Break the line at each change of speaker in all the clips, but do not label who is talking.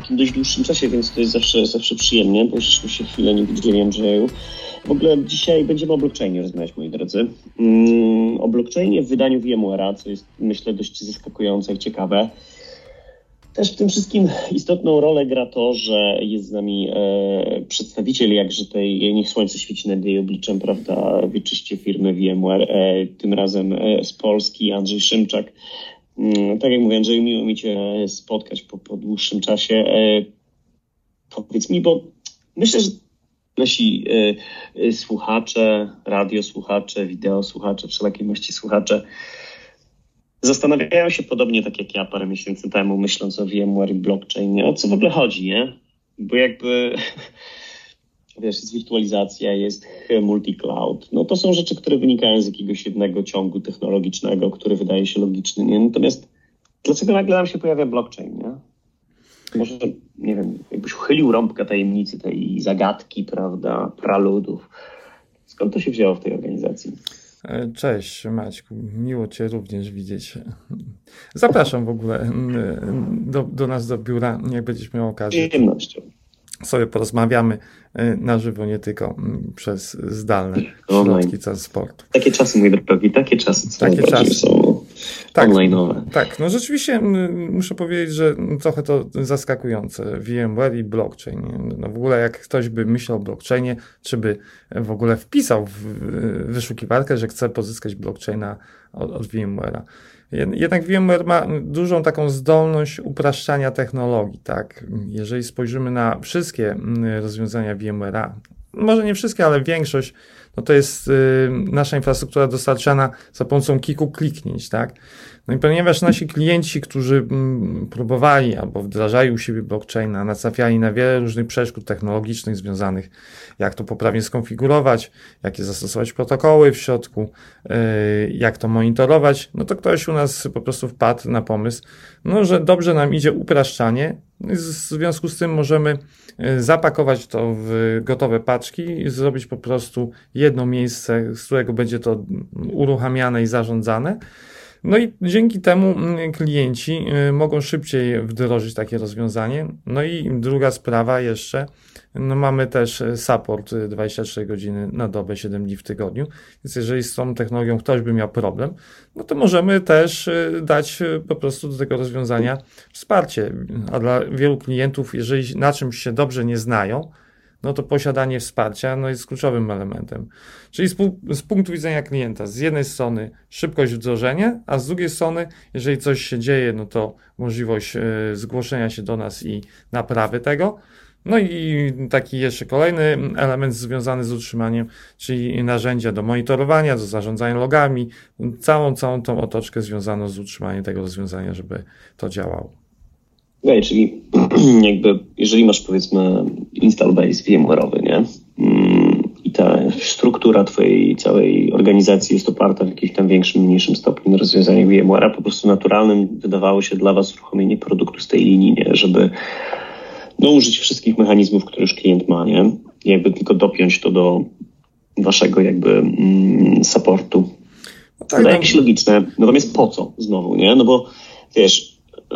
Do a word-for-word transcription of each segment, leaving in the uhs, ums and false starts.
takim dość dłuższym czasie, więc to jest zawsze, zawsze przyjemnie, bo żeśmy się chwilę nie widzieli, Andrzeju. W ogóle dzisiaj będziemy o blockchainie rozmawiać, moi drodzy. Mm, o blockchainie w wydaniu VMware'a, co jest, myślę, dość zaskakujące i ciekawe. Też w tym wszystkim istotną rolę gra to, że jest z nami e, przedstawiciel jakże tej, niech słońce świeci nad jej obliczem, prawda, wieczyście firmy VMware, e, tym razem e, z Polski, Andrzej Szymczak. Mm, tak jak mówię, Andrzej, miło mi Cię spotkać po, po dłuższym czasie. E, powiedz mi, bo myślę, że nasi e, e, słuchacze, radiosłuchacze, wideosłuchacze, wszelakiej maści słuchacze zastanawiają się podobnie tak jak ja parę miesięcy temu, myśląc o VMware i blockchainie, o co w ogóle chodzi, nie? Bo jakby, wiesz, jest wirtualizacja, jest multi-cloud. No to są rzeczy, które wynikają z jakiegoś jednego ciągu technologicznego, który wydaje się logiczny, nie? Natomiast dlaczego nagle nam się pojawia blockchain, nie? Może, nie wiem, jakbyś uchylił rąbkę tajemnicy tej zagadki, prawda, praludów. Skąd to się wzięło w tej organizacji?
Cześć Maćku, miło Cię również widzieć. Zapraszam w ogóle do, do nas do biura, jak będziesz miał okazję.
Z przyjemnością.
Sobie porozmawiamy na żywo, nie tylko przez zdalne środki transportu.
Takie czasy, mój drogi, takie czasy
takie czasy
są
tak,
online'owe.
Tak, no rzeczywiście muszę powiedzieć, że trochę to zaskakujące. VMware i blockchain. No w ogóle jak ktoś by myślał o blockchainie, czy by w ogóle wpisał w wyszukiwarkę, że chce pozyskać blockchaina od, od VMware'a. Jednak VMware ma dużą taką zdolność upraszczania technologii, tak? Jeżeli spojrzymy na wszystkie rozwiązania VMware'a, może nie wszystkie, ale większość, no to jest y, nasza infrastruktura dostarczana za pomocą kilku kliknięć, tak? No i ponieważ nasi klienci, którzy mm, próbowali albo wdrażali u siebie blockchaina, natrafiali na wiele różnych przeszkód technologicznych związanych, jak to poprawnie skonfigurować, jakie zastosować protokoły w środku, y, jak to monitorować, no to ktoś u nas po prostu wpadł na pomysł, no, że dobrze nam idzie upraszczanie. W związku z tym możemy zapakować to w gotowe paczki i zrobić po prostu jedno miejsce, z którego będzie to uruchamiane i zarządzane. No i dzięki temu klienci mogą szybciej wdrożyć takie rozwiązanie. No i druga sprawa jeszcze, no mamy też support dwadzieścia cztery godziny na dobę, siedem dni w tygodniu, więc jeżeli z tą technologią ktoś by miał problem, no to możemy też dać po prostu do tego rozwiązania wsparcie. A dla wielu klientów, jeżeli na czymś się dobrze nie znają, no to posiadanie wsparcia no jest kluczowym elementem. Czyli z, z punktu widzenia klienta, z jednej strony szybkość wdrożenia, a z drugiej strony, jeżeli coś się dzieje, no to możliwość y, zgłoszenia się do nas i naprawy tego. No i taki jeszcze kolejny element związany z utrzymaniem, czyli narzędzia do monitorowania, do zarządzania logami, całą, całą tą otoczkę związaną z utrzymaniem tego rozwiązania, żeby to działało.
Okay, czyli jakby, jeżeli masz powiedzmy install base VMware'owy, nie? I ta struktura twojej całej organizacji jest oparta w jakimś tam większym, mniejszym stopniu na rozwiązaniach VMware'a, po prostu naturalnym wydawało się dla was uruchomienie produktu z tej linii, nie? Żeby no, użyć wszystkich mechanizmów, które już klient ma, nie? Jakby tylko dopiąć to do waszego jakby mm, supportu. No tak, wydaje mi się logiczne. Natomiast po co znowu, nie? No bo wiesz,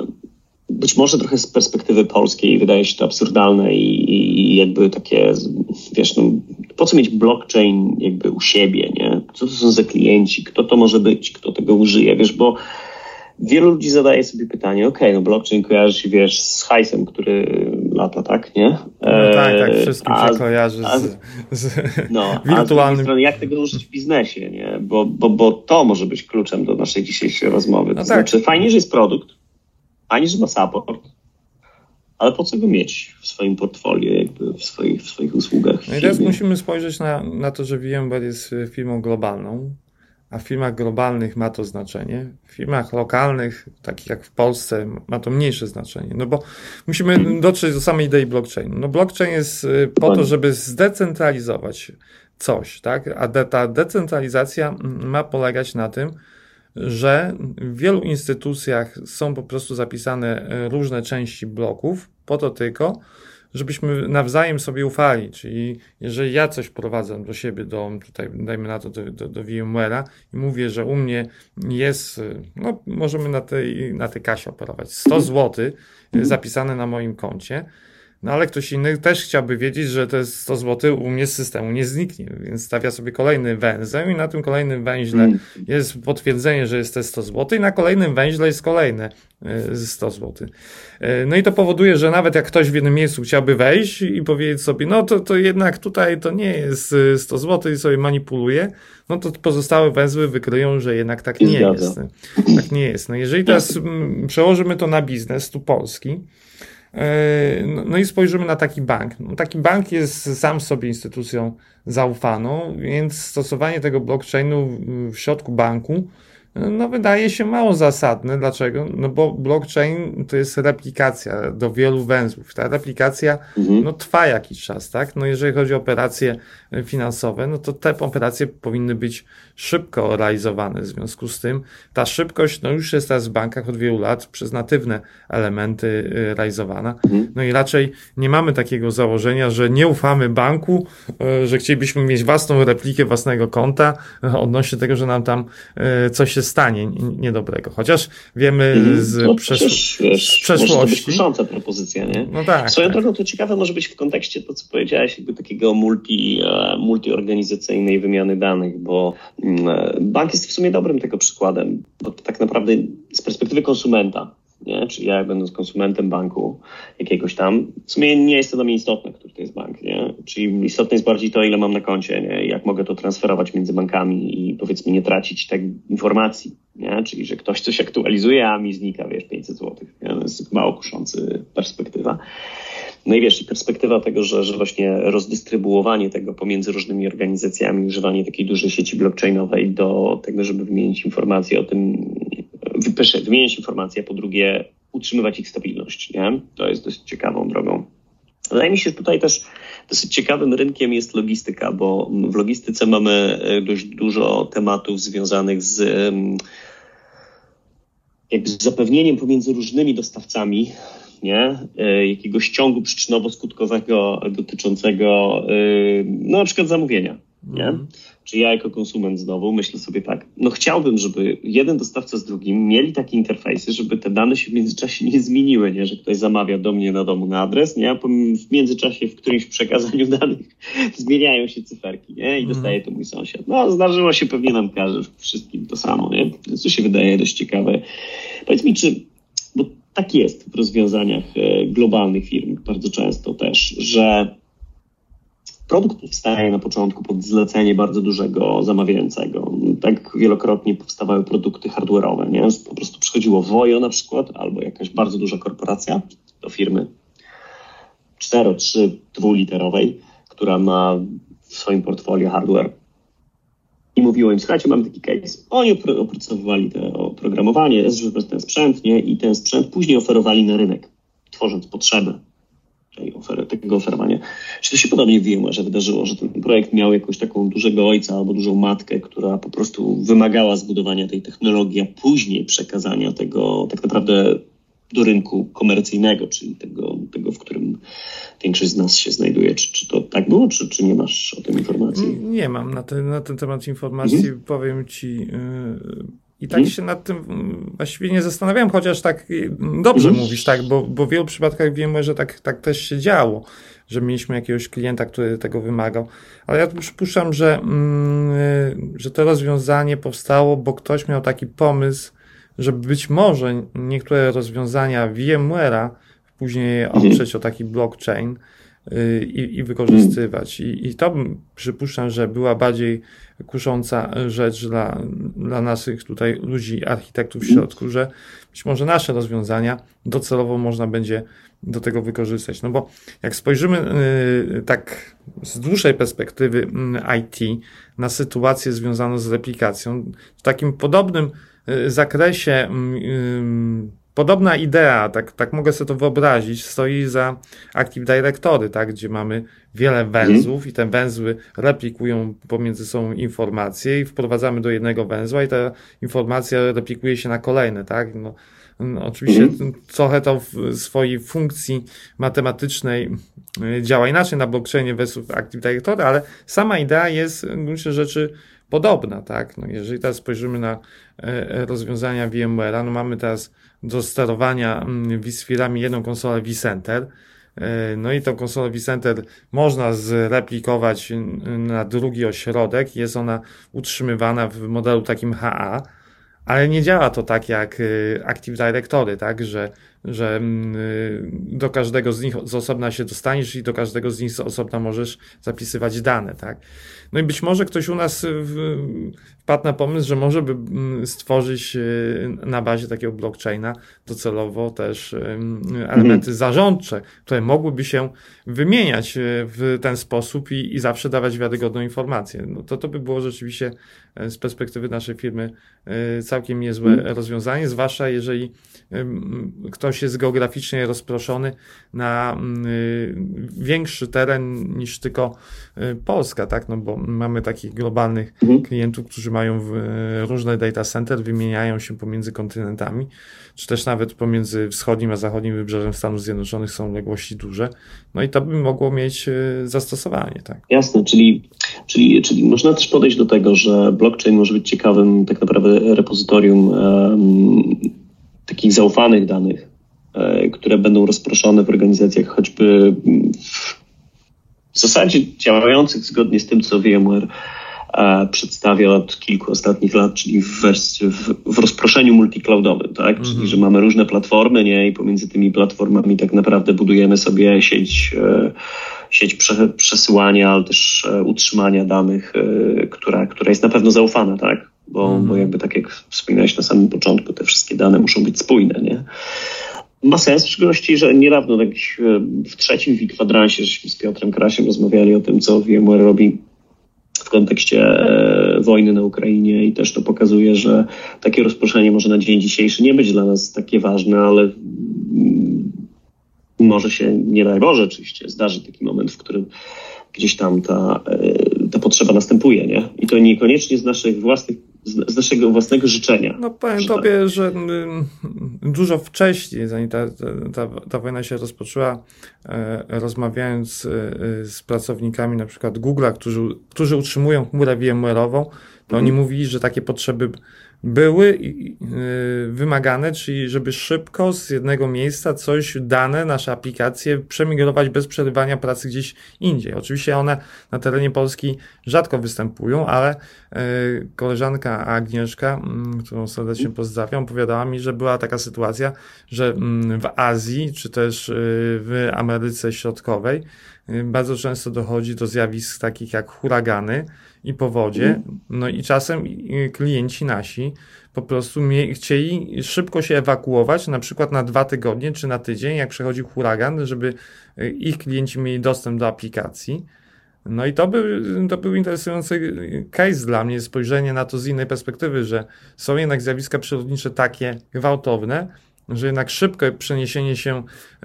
być może trochę z perspektywy polskiej wydaje się to absurdalne i, i jakby takie, wiesz, no, po co mieć blockchain jakby u siebie, nie? Co to są za klienci? Kto to może być? Kto tego użyje? Wiesz, bo wielu ludzi zadaje sobie pytanie, okej, okay, no blockchain kojarzy się, wiesz, z hajsem, który lata, tak, nie?
No tak, tak, wszystkim a, się kojarzy a, z, z
no,
wirtualnym...
A z drugiej strony, jak tego użyć w biznesie, nie? Bo, bo, bo to może być kluczem do naszej dzisiejszej rozmowy. To no znaczy, tak. Fajnie, że jest produkt, fajnie, że ma support, ale po co go mieć w swoim portfolio, jakby w swoich, w swoich usługach?
No i teraz musimy spojrzeć na, na to, że VMware jest firmą globalną, a w firmach globalnych ma to znaczenie. W firmach lokalnych, takich jak w Polsce, ma to mniejsze znaczenie. No bo musimy dotrzeć do samej idei blockchainu. No blockchain jest po to, żeby zdecentralizować coś, tak? A de, ta decentralizacja ma polegać na tym, że w wielu instytucjach są po prostu zapisane różne części bloków po to tylko, żebyśmy nawzajem sobie ufali, czyli jeżeli ja coś prowadzę do siebie, do tutaj dajmy na to do, do, do VMware'a i mówię, że u mnie jest, no możemy na tej, na tej kasie operować, sto złotych zapisane na moim koncie, no ale ktoś inny też chciałby wiedzieć, że to jest sto złotych u mnie z systemu nie zniknie, więc stawia sobie kolejny węzeł i na tym kolejnym węźle mm. jest potwierdzenie, że jest te sto złotych i na kolejnym węźle jest kolejne sto złotych. No i to powoduje, że nawet jak ktoś w jednym miejscu chciałby wejść i powiedzieć sobie, no to, to jednak tutaj to nie jest sto złotych i sobie manipuluje, no to pozostałe węzły wykryją, że jednak tak nie jest. Tak nie jest. No jeżeli teraz przełożymy to na biznes tu polski, no i spojrzymy na taki bank. No taki bank jest sam sobie instytucją zaufaną, więc stosowanie tego blockchainu w środku banku no wydaje się mało zasadne. Dlaczego? No bo blockchain to jest replikacja do wielu węzłów. Ta replikacja mhm. no trwa jakiś czas, tak? No jeżeli chodzi o operacje finansowe, no to te operacje powinny być szybko realizowane. W związku z tym ta szybkość no już jest teraz w bankach od wielu lat przez natywne elementy realizowana. Mhm. No i raczej nie mamy takiego założenia, że nie ufamy banku, że chcielibyśmy mieć własną replikę własnego konta odnośnie tego, że nam tam coś się stanie niedobrego. Chociaż wiemy z,
no,
przesz-
przecież, wiesz,
z przeszłości.
Może to być kusząca propozycja, nie?
No tak.
Swoją
tak.
drogą to ciekawe może być w kontekście to, co powiedziałeś, jakby takiego multi, multiorganizacyjnej wymiany danych, bo bank jest w sumie dobrym tego przykładem, bo to tak naprawdę z perspektywy konsumenta, nie? Czyli ja będąc konsumentem banku jakiegoś tam, w sumie nie jest to dla mnie istotne, który to jest bank, nie? Czyli istotne jest bardziej to, ile mam na koncie, nie? Jak mogę to transferować między bankami i powiedzmy nie tracić tak informacji, nie? Czyli że ktoś coś aktualizuje, a mi znika, wiesz, pięćset złotych, nie? To jest mało kuszący perspektywa. No i wiesz, i perspektywa tego, że, że właśnie rozdystrybuowanie tego pomiędzy różnymi organizacjami, używanie takiej dużej sieci blockchainowej do tego, żeby wymienić informacje o tym, wypyszę, wymienić informacje, a po drugie utrzymywać ich stabilność, nie? To jest dość ciekawą drogą. Wydaje mi się, że tutaj też dosyć ciekawym rynkiem jest logistyka, bo w logistyce mamy dość dużo tematów związanych z jakby z zapewnieniem pomiędzy różnymi dostawcami, nie? Jakiegoś ciągu przyczynowo-skutkowego dotyczącego no na przykład zamówienia, nie? Mm. Czy ja jako konsument znowu myślę sobie tak, no chciałbym, żeby jeden dostawca z drugim mieli takie interfejsy, żeby te dane się w międzyczasie nie zmieniły, nie? Że ktoś zamawia do mnie na domu na adres, nie? A w międzyczasie w którymś przekazaniu danych zmieniają się cyferki, nie? I dostaje to mój sąsiad. No zdarzyło się, pewnie nam każe wszystkim to samo, nie? To się wydaje dość ciekawe. Powiedz mi, czy, bo tak jest w rozwiązaniach globalnych firm bardzo często też, że produkt powstaje na początku pod zlecenie bardzo dużego zamawiającego. Tak wielokrotnie powstawały produkty hardware'owe, nie? Po prostu przychodziło Vojo na przykład, albo jakaś bardzo duża korporacja do firmy cztero, trzy, dwuliterowej, która ma w swoim portfolio hardware. I mówiło im, słuchajcie, mamy taki case. Oni opracowywali to oprogramowanie, ten sprzęt, nie? I ten sprzęt później oferowali na rynek, tworząc potrzebę tej ofery, tego oferowania. Czy to się podobnie w VMware wydarzyło, że ten projekt miał jakąś taką dużego ojca albo dużą matkę, która po prostu wymagała zbudowania tej technologii, a później przekazania tego tak naprawdę do rynku komercyjnego, czyli tego, tego w którym większość z nas się znajduje. Czy, czy to tak było, czy, czy nie masz o tym informacji?
Nie mam na ten, na ten temat informacji. Mhm. Powiem ci... Yy... I tak hmm. się nad tym właściwie nie zastanawiałem, chociaż tak dobrze hmm. mówisz, tak, bo, bo w wielu przypadkach wiemy, że tak, tak też się działo, że mieliśmy jakiegoś klienta, który tego wymagał. Ale ja tu przypuszczam, że, mm, że to rozwiązanie powstało, bo ktoś miał taki pomysł, że być może niektóre rozwiązania VMware'a później oprzeć hmm. o taki blockchain i, i wykorzystywać. I, I to przypuszczam, że była bardziej kusząca rzecz dla, dla naszych tutaj ludzi, architektów w środku, że być może nasze rozwiązania docelowo można będzie do tego wykorzystać. No bo jak spojrzymy yy, tak z dłuższej perspektywy yy, I T na sytuację związaną z replikacją, w takim podobnym yy, zakresie yy, podobna idea, tak, tak mogę sobie to wyobrazić, stoi za Active Directory, tak, gdzie mamy wiele węzłów mm. i te węzły replikują pomiędzy sobą informacje i wprowadzamy do jednego węzła i ta informacja replikuje się na kolejne, tak. No, No, oczywiście
mhm.
trochę to w swojej funkcji matematycznej działa inaczej na blockchainie versus Active Directory, ale sama idea jest w gruncie rzeczy podobna, tak? No jeżeli teraz spojrzymy na rozwiązania VMware'a, no mamy teraz do sterowania vSphere'ami jedną konsolę vCenter, no i tą konsolę vCenter można zreplikować na drugi ośrodek, jest ona utrzymywana w modelu takim H A, ale nie działa to tak jak Active Directory, tak, że, że do każdego z nich z osobna się dostaniesz i do każdego z nich z osobna możesz zapisywać dane, tak. No i być może ktoś u nas wpadł na pomysł, że może by stworzyć na bazie takiego blockchaina docelowo też elementy mhm. zarządcze, które mogłyby się wymieniać w ten sposób i, i zawsze dawać wiarygodną informację. No to, to by było rzeczywiście z perspektywy naszej firmy całkiem niezłe mhm. rozwiązanie, zwłaszcza jeżeli ktoś jest geograficznie rozproszony na większy teren niż tylko Polska, tak, no bo mamy takich globalnych mhm. klientów, którzy mają różne data center, wymieniają się pomiędzy kontynentami, czy też nawet pomiędzy wschodnim a zachodnim wybrzeżem Stanów Zjednoczonych są odległości duże, no i to by mogło mieć zastosowanie, tak.
Jasne, czyli, czyli, czyli można też podejść do tego, że blockchain może być ciekawym tak naprawdę repozytorium um, takich zaufanych danych, um, które będą rozproszone w organizacjach choćby w, w zasadzie działających zgodnie z tym, co VMware e, przedstawia od kilku ostatnich lat, czyli w, wersji, w, w rozproszeniu multicloudowym, tak? Mm-hmm. Czyli, że mamy różne platformy, nie? I pomiędzy tymi platformami tak naprawdę budujemy sobie sieć, e, sieć prze, przesyłania, ale też e, utrzymania danych, e, która, która jest na pewno zaufana, tak? Bo, mm-hmm. bo jakby tak jak wspominałeś na samym początku, te wszystkie dane muszą być spójne, nie? Ma sens, w szczególności, że niedawno tak w trzecim kwadransie żeśmy z Piotrem Krasiem rozmawiali o tym, co VMware robi w kontekście e, wojny na Ukrainie i też to pokazuje, że takie rozproszenie może na dzień dzisiejszy nie być dla nas takie ważne, ale mm, może się, nie daj Boże oczywiście, zdarzy taki moment, w którym gdzieś tam ta, e, ta potrzeba następuje, nie? I to niekoniecznie z naszych własnych z, z naszego własnego życzenia.
No powiem że tobie, tak. że dużo wcześniej, zanim ta, ta, ta wojna się rozpoczęła, e, rozmawiając e, z pracownikami na przykład Google'a, którzy, którzy utrzymują chmurę VMware'ową, to mhm. oni mówili, że takie potrzeby były yy, wymagane, czyli żeby szybko z jednego miejsca coś, dane, nasze aplikacje przemigrować bez przerywania pracy gdzieś indziej. Oczywiście one na terenie Polski rzadko występują, ale yy, koleżanka Agnieszka, yy, którą serdecznie pozdrawiam, opowiadała mi, że była taka sytuacja, że yy, w Azji, czy też yy, w Ameryce Środkowej yy, bardzo często dochodzi do zjawisk takich jak huragany i powodzie, no i czasem klienci nasi po prostu mie- chcieli szybko się ewakuować, na przykład na dwa tygodnie czy na tydzień, jak przechodził huragan, żeby ich klienci mieli dostęp do aplikacji. No i to był, to był interesujący case dla mnie, spojrzenie na to z innej perspektywy, że są jednak zjawiska przyrodnicze takie gwałtowne, że jednak szybkie przeniesienie się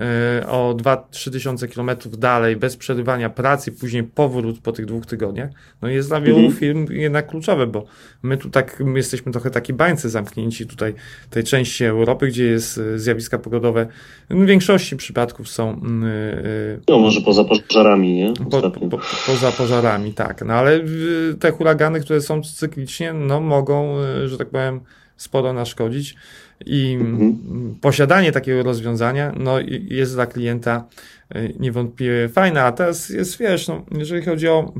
o dwa do trzech tysiące kilometrów dalej, bez przerywania pracy, później powrót po tych dwóch tygodniach, no jest dla wielu mhm. firm jednak kluczowe, bo my tu tak, my jesteśmy trochę taki bańce zamknięci tutaj, tej części Europy, gdzie jest zjawiska pogodowe, w większości przypadków są...
No może poza pożarami, nie?
Po, po, poza pożarami, tak. No ale te huragany, które są cyklicznie, no mogą, że tak powiem, sporo naszkodzić. I mhm. posiadanie takiego rozwiązania no, jest dla klienta niewątpliwie fajne, a teraz jest, wiesz, no, jeżeli chodzi o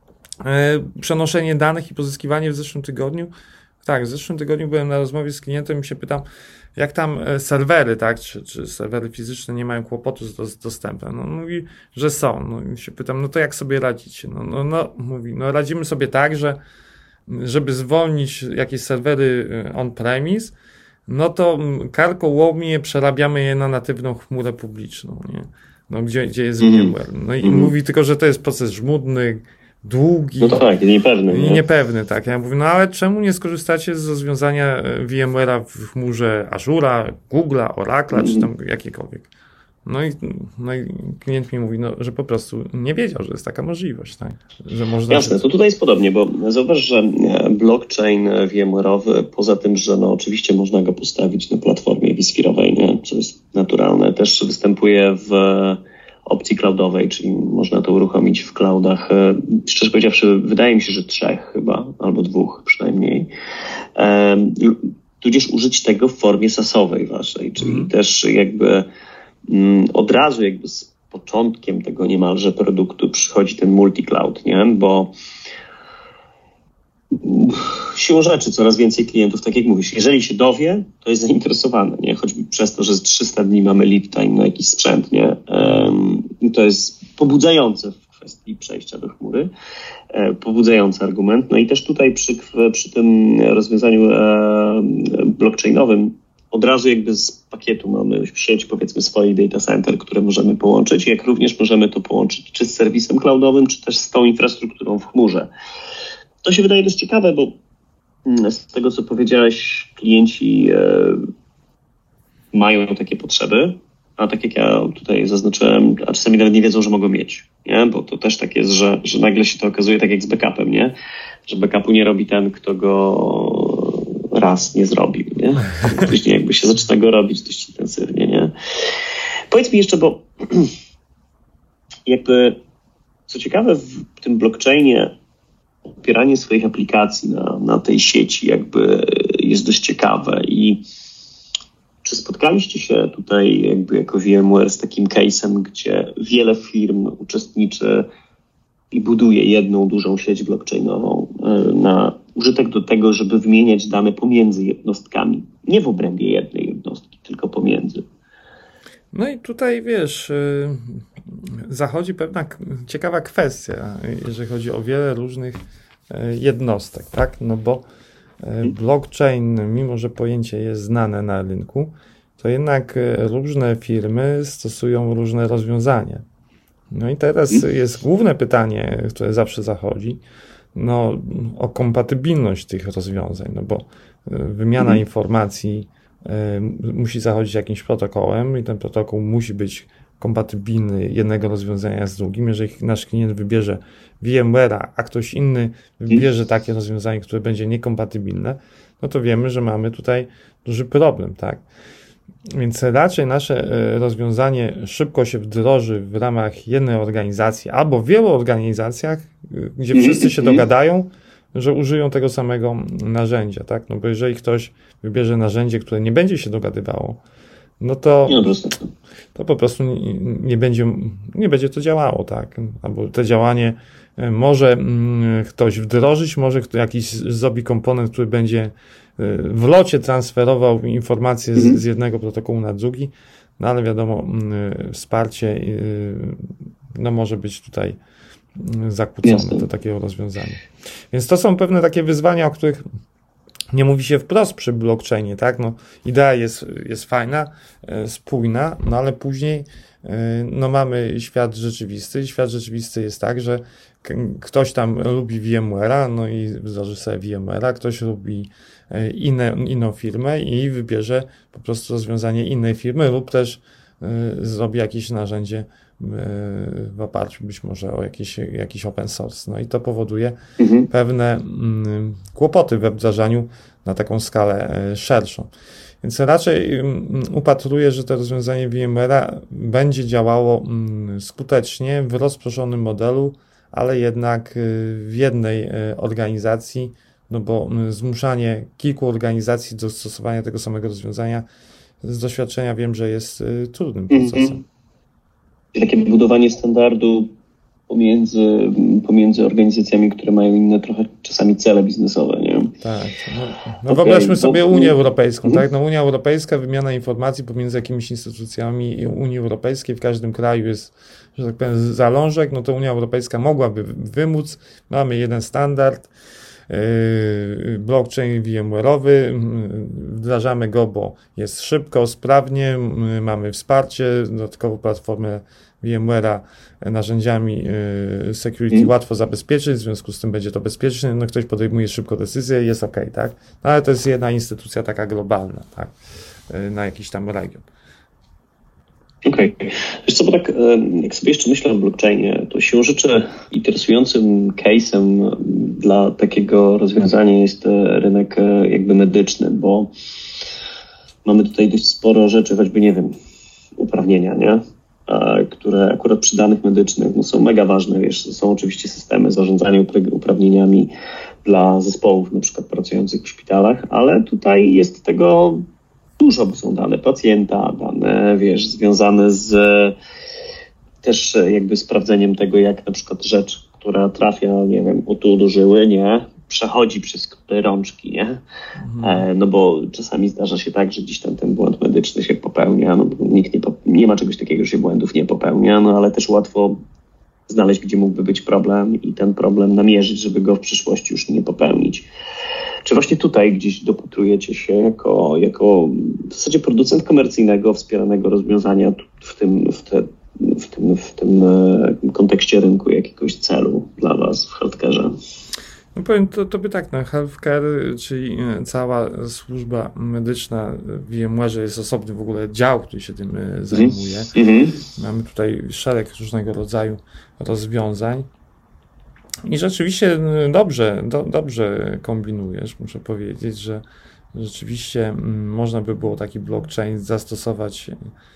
e, przenoszenie danych i pozyskiwanie w zeszłym tygodniu, tak, w zeszłym tygodniu byłem na rozmowie z klientem i się pytam, jak tam serwery, tak, czy, czy serwery fizyczne nie mają kłopotu z, z dostępem. No, mówi, że są. No i się pytam, no to jak sobie radzicie? No, no, no mówi, no radzimy sobie tak, że żeby zwolnić jakieś serwery on-premise, no to karkołomnie przerabiamy je na natywną chmurę publiczną, nie? No, gdzie, gdzie jest VMware. No i mm. mówi tylko, że to jest proces żmudny, długi.
No tak, niepewny.
I nie? niepewny, tak. Ja mówię, no ale czemu nie skorzystacie z rozwiązania VMware'a w chmurze Azure'a, Google'a, Oracle'a, mm. czy tam jakiekolwiek? No i, no i klient mi mówi, no, że po prostu nie wiedział, że jest taka możliwość. Tak? Że można
Jasne,
się...
to tutaj jest podobnie, bo zauważ, że blockchain VMware'owy, poza tym, że no oczywiście można go postawić na platformie vSphere'owej, nie? Co jest naturalne, też występuje w opcji cloudowej, czyli można to uruchomić w cloudach. Szczerze powiedziawszy, wydaje mi się, że trzech chyba, albo dwóch przynajmniej. Tudzież użyć tego w formie sasowej waszej, czyli mm. też jakby mm, od razu jakby z początkiem tego niemalże produktu przychodzi ten multi-cloud, nie? Bo siłą rzeczy coraz więcej klientów, tak jak mówisz, jeżeli się dowie, to jest zainteresowany, nie? Choćby przez to, że z trzysta dni mamy lead time na jakiś sprzęt, nie? Um, to jest pobudzające w kwestii przejścia do chmury, e, pobudzający argument. No i też tutaj przy, przy tym rozwiązaniu e, blockchainowym od razu jakby z pakietu mamy w sieć, powiedzmy, swój data center, które możemy połączyć, jak również możemy to połączyć czy z serwisem cloudowym, czy też z tą infrastrukturą w chmurze. To się wydaje dość ciekawe, bo z tego, co powiedziałeś, klienci e, mają takie potrzeby, a tak jak ja tutaj zaznaczyłem, a czasami nawet nie wiedzą, że mogą mieć, nie? Bo to też tak jest, że, że nagle się to okazuje tak jak z backupem, nie? Że backupu nie robi ten, kto go raz nie zrobił, nie? Później jakby się zaczyna go robić dość intensywnie, nie? Powiedz mi jeszcze, bo jakby co ciekawe w tym blockchainie opieranie swoich aplikacji na, na tej sieci jakby jest dość ciekawe i czy spotkaliście się tutaj jakby jako VMware z takim case'em, gdzie wiele firm uczestniczy i buduje jedną dużą sieć blockchainową na użytek do tego, żeby wymieniać dane pomiędzy jednostkami, nie w obrębie jednej jednostki, tylko pomiędzy?
No i tutaj wiesz, zachodzi pewna ciekawa kwestia, jeżeli chodzi o wiele różnych jednostek, tak? No bo blockchain, mimo że pojęcie jest znane na rynku, to jednak różne firmy stosują różne rozwiązania. No i teraz jest główne pytanie, które zawsze zachodzi, no, o kompatybilność tych rozwiązań, no bo wymiana mhm. informacji y, musi zachodzić jakimś protokołem i ten protokół musi być kompatybilny jednego rozwiązania z drugim. Jeżeli nasz klient wybierze VMware'a, a ktoś inny wybierze takie rozwiązanie, które będzie niekompatybilne, no to wiemy, że mamy tutaj duży problem, tak? Więc raczej nasze rozwiązanie szybko się wdroży w ramach jednej organizacji albo w wielu organizacjach, gdzie wszyscy się dogadają, że użyją tego samego narzędzia, tak? No bo jeżeli ktoś wybierze narzędzie, które nie będzie się dogadywało, no to, to po prostu nie, nie będzie, nie będzie to działało, tak? Albo to działanie może ktoś wdrożyć, może jakiś zrobi komponent, który będzie w locie transferował informacje z, z jednego protokołu na drugi, no ale wiadomo, wsparcie no może być tutaj zakłócone Jasne. do takiego rozwiązania. Więc to są pewne takie wyzwania, o których nie mówi się wprost przy blockchainie, tak? No, idea jest, jest fajna, spójna, no ale później no mamy świat rzeczywisty. Świat rzeczywisty jest tak, że ktoś tam lubi VMware'a, no i wdroży sobie VMware'a, ktoś lubi inne, inną firmę i wybierze po prostu rozwiązanie innej firmy lub też y, zrobi jakieś narzędzie y, w oparciu być może o jakiś, jakiś open source. No i to powoduje mhm. pewne y, kłopoty we wdrażaniu na taką skalę y, szerszą. Więc raczej y, upatruję, że to rozwiązanie VMware'a będzie działało y, skutecznie w rozproszonym modelu, ale jednak y, w jednej y, organizacji, no bo zmuszanie kilku organizacji do stosowania tego samego rozwiązania z doświadczenia wiem, że jest y, trudnym procesem.
Mm-hmm. Takie budowanie standardu pomiędzy, pomiędzy organizacjami, które mają inne trochę czasami cele biznesowe, nie?
Tak. No, no okay, wyobraźmy sobie bo... Unię Europejską, mm-hmm. tak? No Unia Europejska, wymiana informacji pomiędzy jakimiś instytucjami Unii Europejskiej, w każdym kraju jest, że tak powiem, zalążek, no to Unia Europejska mogłaby wymóc, mamy jeden standard, blockchain VMware'owy, wdrażamy go, bo jest szybko, sprawnie, mamy wsparcie, dodatkową platformę VMware'a narzędziami security mm. łatwo zabezpieczyć, w związku z tym będzie to bezpieczne, no ktoś podejmuje szybko decyzję, jest ok, tak? No, ale to jest jedna instytucja taka globalna, tak? Na jakiś tam region.
Okej. Okay. Wiesz co, bo tak jak sobie jeszcze myślę o blockchainie, to siłą rzeczy interesującym case'em dla takiego rozwiązania jest rynek jakby medyczny, bo mamy tutaj dość sporo rzeczy, choćby nie wiem, uprawnienia, nie? Które akurat przy danych medycznych no, są mega ważne. Wiesz, są oczywiście systemy zarządzania uprawnieniami dla zespołów, na przykład pracujących w szpitalach, ale tutaj jest tego dużo, bo są dane pacjenta, dane, wiesz, związane z też jakby sprawdzeniem tego, jak na przykład rzecz, która trafia, nie wiem, o tu do żyły, nie, przechodzi przez rączki, nie? Mhm. No bo czasami zdarza się tak, że gdzieś tam ten błąd medyczny się popełnia, no bo nikt nie, nie ma czegoś takiego, że się błędów nie popełnia, no ale też łatwo znaleźć, gdzie mógłby być problem i ten problem namierzyć, żeby go w przyszłości już nie popełnić. Czy właśnie tutaj gdzieś dopatrujecie się jako, jako w zasadzie producent komercyjnego wspieranego rozwiązania w tym, w, te, w tym, w tym kontekście rynku jakiegoś celu dla Was w healthcare'ze?
No powiem to, to by tak, no healthcare, czyli cała służba medyczna w VMware'ze jest osobny w ogóle dział, który się tym zajmuje. Mm-hmm. Mamy tutaj szereg różnego rodzaju rozwiązań. I rzeczywiście dobrze, do, dobrze kombinujesz, muszę powiedzieć, że rzeczywiście można by było taki blockchain zastosować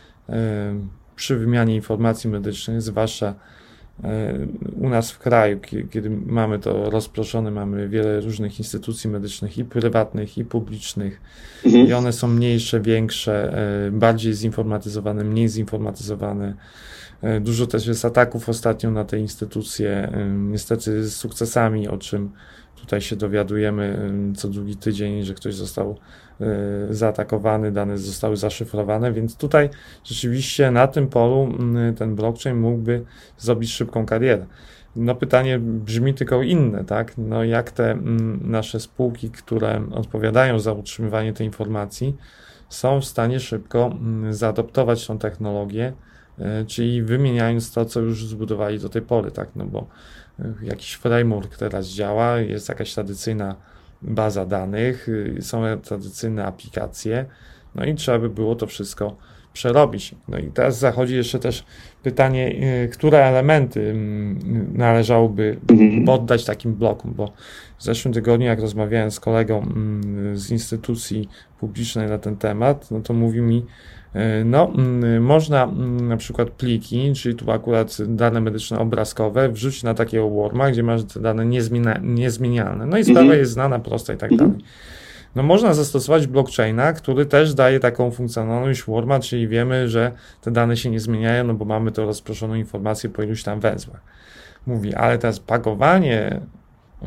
e, przy wymianie informacji medycznych, zwłaszcza e, u nas w kraju, kiedy mamy to rozproszone, mamy wiele różnych instytucji medycznych i prywatnych, i publicznych, mhm. i one są mniejsze, większe, e, bardziej zinformatyzowane, mniej zinformatyzowane. Dużo też jest ataków ostatnio na te instytucje, niestety z sukcesami, o czym tutaj się dowiadujemy co drugi tydzień, że ktoś został zaatakowany, dane zostały zaszyfrowane, więc tutaj rzeczywiście na tym polu ten blockchain mógłby zrobić szybką karierę. No pytanie brzmi tylko inne, tak? No jak te nasze spółki, które odpowiadają za utrzymywanie tej informacji, są w stanie szybko zaadoptować tą technologię, czyli wymieniając to, co już zbudowali do tej pory, tak, no bo jakiś framework teraz działa, jest jakaś tradycyjna baza danych, są tradycyjne aplikacje, no i trzeba by było to wszystko przerobić. No i teraz zachodzi jeszcze też pytanie, które elementy należałoby poddać takim blokom, bo w zeszłym tygodniu, jak rozmawiałem z kolegą z instytucji publicznej na ten temat, no to mówi mi, no, można na przykład pliki, czyli tu akurat dane medyczne obrazkowe, wrzucić na takiego worma, gdzie masz te dane niezmienia, niezmienialne. No i sprawa mm-hmm. jest znana, prosta i tak mm-hmm. dalej. No można zastosować blockchaina, który też daje taką funkcjonalność worma, czyli wiemy, że te dane się nie zmieniają, no bo mamy to rozproszoną informację po iluś tam węzłach. Mówi, ale teraz pakowanie yy,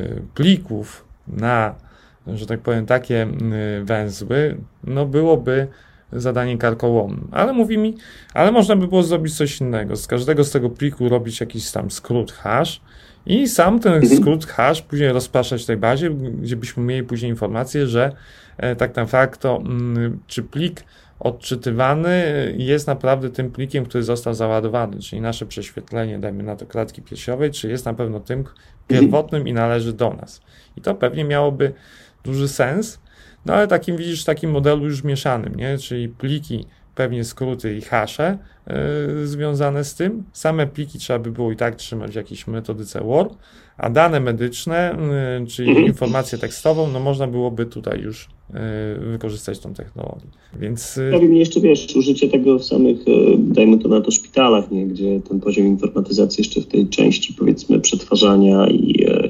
plików na, że tak powiem, takie yy, węzły, no byłoby zadanie karkołomnym. Ale mówi mi, ale można by było zrobić coś innego. Z każdego z tego pliku robić jakiś tam skrót hash i sam ten mhm. skrót hash później rozpraszać w tej bazie, gdzie byśmy mieli później informację, że e, tak de facto m, czy plik odczytywany jest naprawdę tym plikiem, który został załadowany, czyli nasze prześwietlenie, dajmy na to klatki piersiowej, czy jest na pewno tym pierwotnym mhm. i należy do nas. I to pewnie miałoby duży sens. No ale takim widzisz, w takim modelu już mieszanym, nie? Czyli pliki, pewnie skróty i hasze yy, związane z tym. Same pliki trzeba by było i tak trzymać w jakiejś metodyce Word, a dane medyczne, yy, czyli mhm. informację tekstową, no można byłoby tutaj już yy, wykorzystać tą technologię. Więc... Yy...
Prawie mnie jeszcze, wiesz, użycie tego w samych, yy, dajmy to na to, szpitalach, nie? Gdzie ten poziom informatyzacji jeszcze w tej części, powiedzmy, przetwarzania i, yy,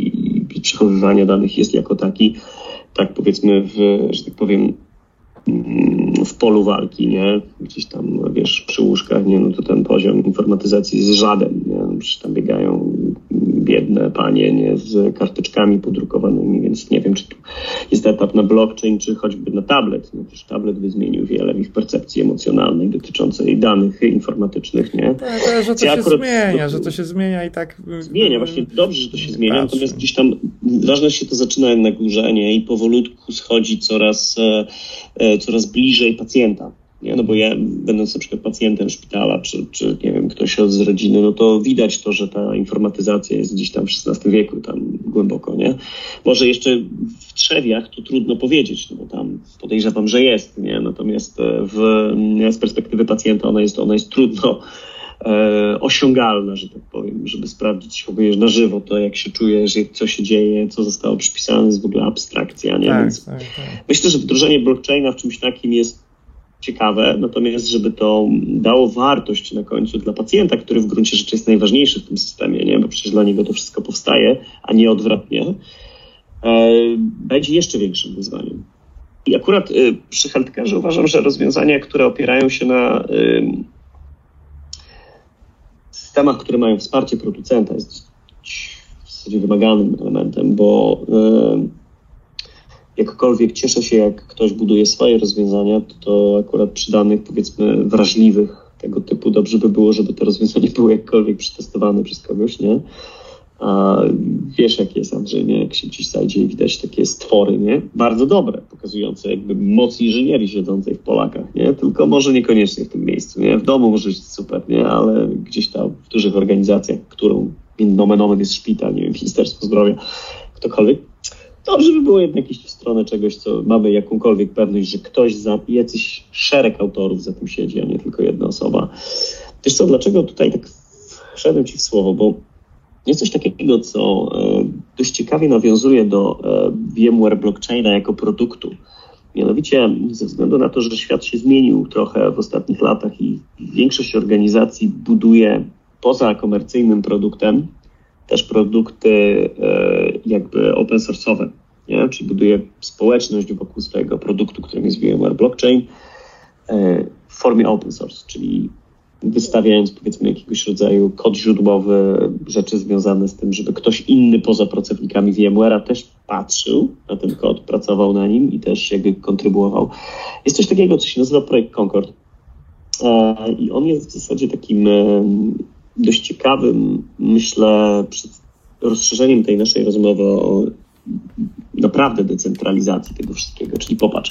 i przechowywania danych jest jako taki, tak powiedzmy, w, że tak powiem, w polu walki, nie? Gdzieś tam, wiesz, przy łóżkach, nie? No to ten poziom informatyzacji jest żaden, nie? Przecież tam biegają biedne panie, nie? Z karteczkami podrukowanymi, więc nie wiem, czy tu jest etap na blockchain, czy choćby na tablet. No też tablet by zmienił wiele w ich percepcji emocjonalnej dotyczącej danych informatycznych, nie?
Tak, to, że to ja się akurat, zmienia, no, że to się zmienia i tak...
Zmienia, właśnie dobrze, że to się zmienia, patrzę. Natomiast gdzieś tam ważne, że się to zaczyna na górze, nie? I powolutku schodzi coraz, e, coraz bliżej pacjenta. Nie? No bo ja, będąc na przykład pacjentem szpitala, czy, czy nie wiem, ktoś z rodziny, no to widać to, że ta informatyzacja jest gdzieś tam w szesnastym wieku, tam głęboko, nie? Może jeszcze w Trzewiach to trudno powiedzieć, no bo tam podejrzewam, że jest, nie? Natomiast w, z perspektywy pacjenta ona jest, ona jest trudno e, osiągalna, że tak powiem, żeby sprawdzić wiesz, na żywo to, jak się czuje, że co się dzieje, co zostało przypisane, jest w ogóle abstrakcja, nie?
Tak,
Więc
tak, tak.
myślę, że wdrożenie blockchaina w czymś takim jest ciekawe, natomiast żeby to dało wartość na końcu dla pacjenta, który w gruncie rzeczy jest najważniejszy w tym systemie, nie? Bo przecież dla niego to wszystko powstaje, a nie odwrotnie, e, będzie jeszcze większym wyzwaniem. I akurat y, przy healthcarze uważam, że rozwiązania, które opierają się na y, systemach, które mają wsparcie producenta, jest w zasadzie wymaganym elementem, bo y, jakkolwiek cieszę się, jak ktoś buduje swoje rozwiązania, to, to akurat przy danych, powiedzmy, wrażliwych tego typu dobrze by było, żeby te rozwiązania były jakkolwiek przetestowane przez kogoś, nie? A wiesz, jak jest, Andrzej, nie? Jak się gdzieś zajdzie i widać takie stwory, nie? Bardzo dobre, pokazujące jakby moc inżynierii siedzącej w Polakach, nie? Tylko może niekoniecznie w tym miejscu, nie? W domu może być super, nie? Ale gdzieś tam w dużych organizacjach, którą nomen omen jest szpital, nie wiem, Ministerstwo Zdrowia, ktokolwiek. Dobrze by było jednak iść w stronę czegoś, co mamy jakąkolwiek pewność, że ktoś za jacyś szereg autorów za tym siedzi, a nie tylko jedna osoba. Wiesz co, dlaczego tutaj tak wszedłem ci w słowo, bo jest coś takiego, co e, dość ciekawie nawiązuje do e, VMware Blockchaina jako produktu. Mianowicie ze względu na to, że świat się zmienił trochę w ostatnich latach i większość organizacji buduje poza komercyjnym produktem też produkty e, jakby open source'owe, nie? Czyli buduje społeczność wokół swojego produktu, którym jest VMware Blockchain e, w formie open source, czyli wystawiając powiedzmy jakiegoś rodzaju kod źródłowy, rzeczy związane z tym, żeby ktoś inny poza pracownikami VMware'a też patrzył na ten kod, pracował na nim i też jakby kontrybuował. Jest coś takiego, co się nazywa projekt Concord e, i on jest w zasadzie takim e, dość ciekawym, myślę, rozszerzeniem tej naszej rozmowy o naprawdę decentralizacji tego wszystkiego. Czyli popatrz,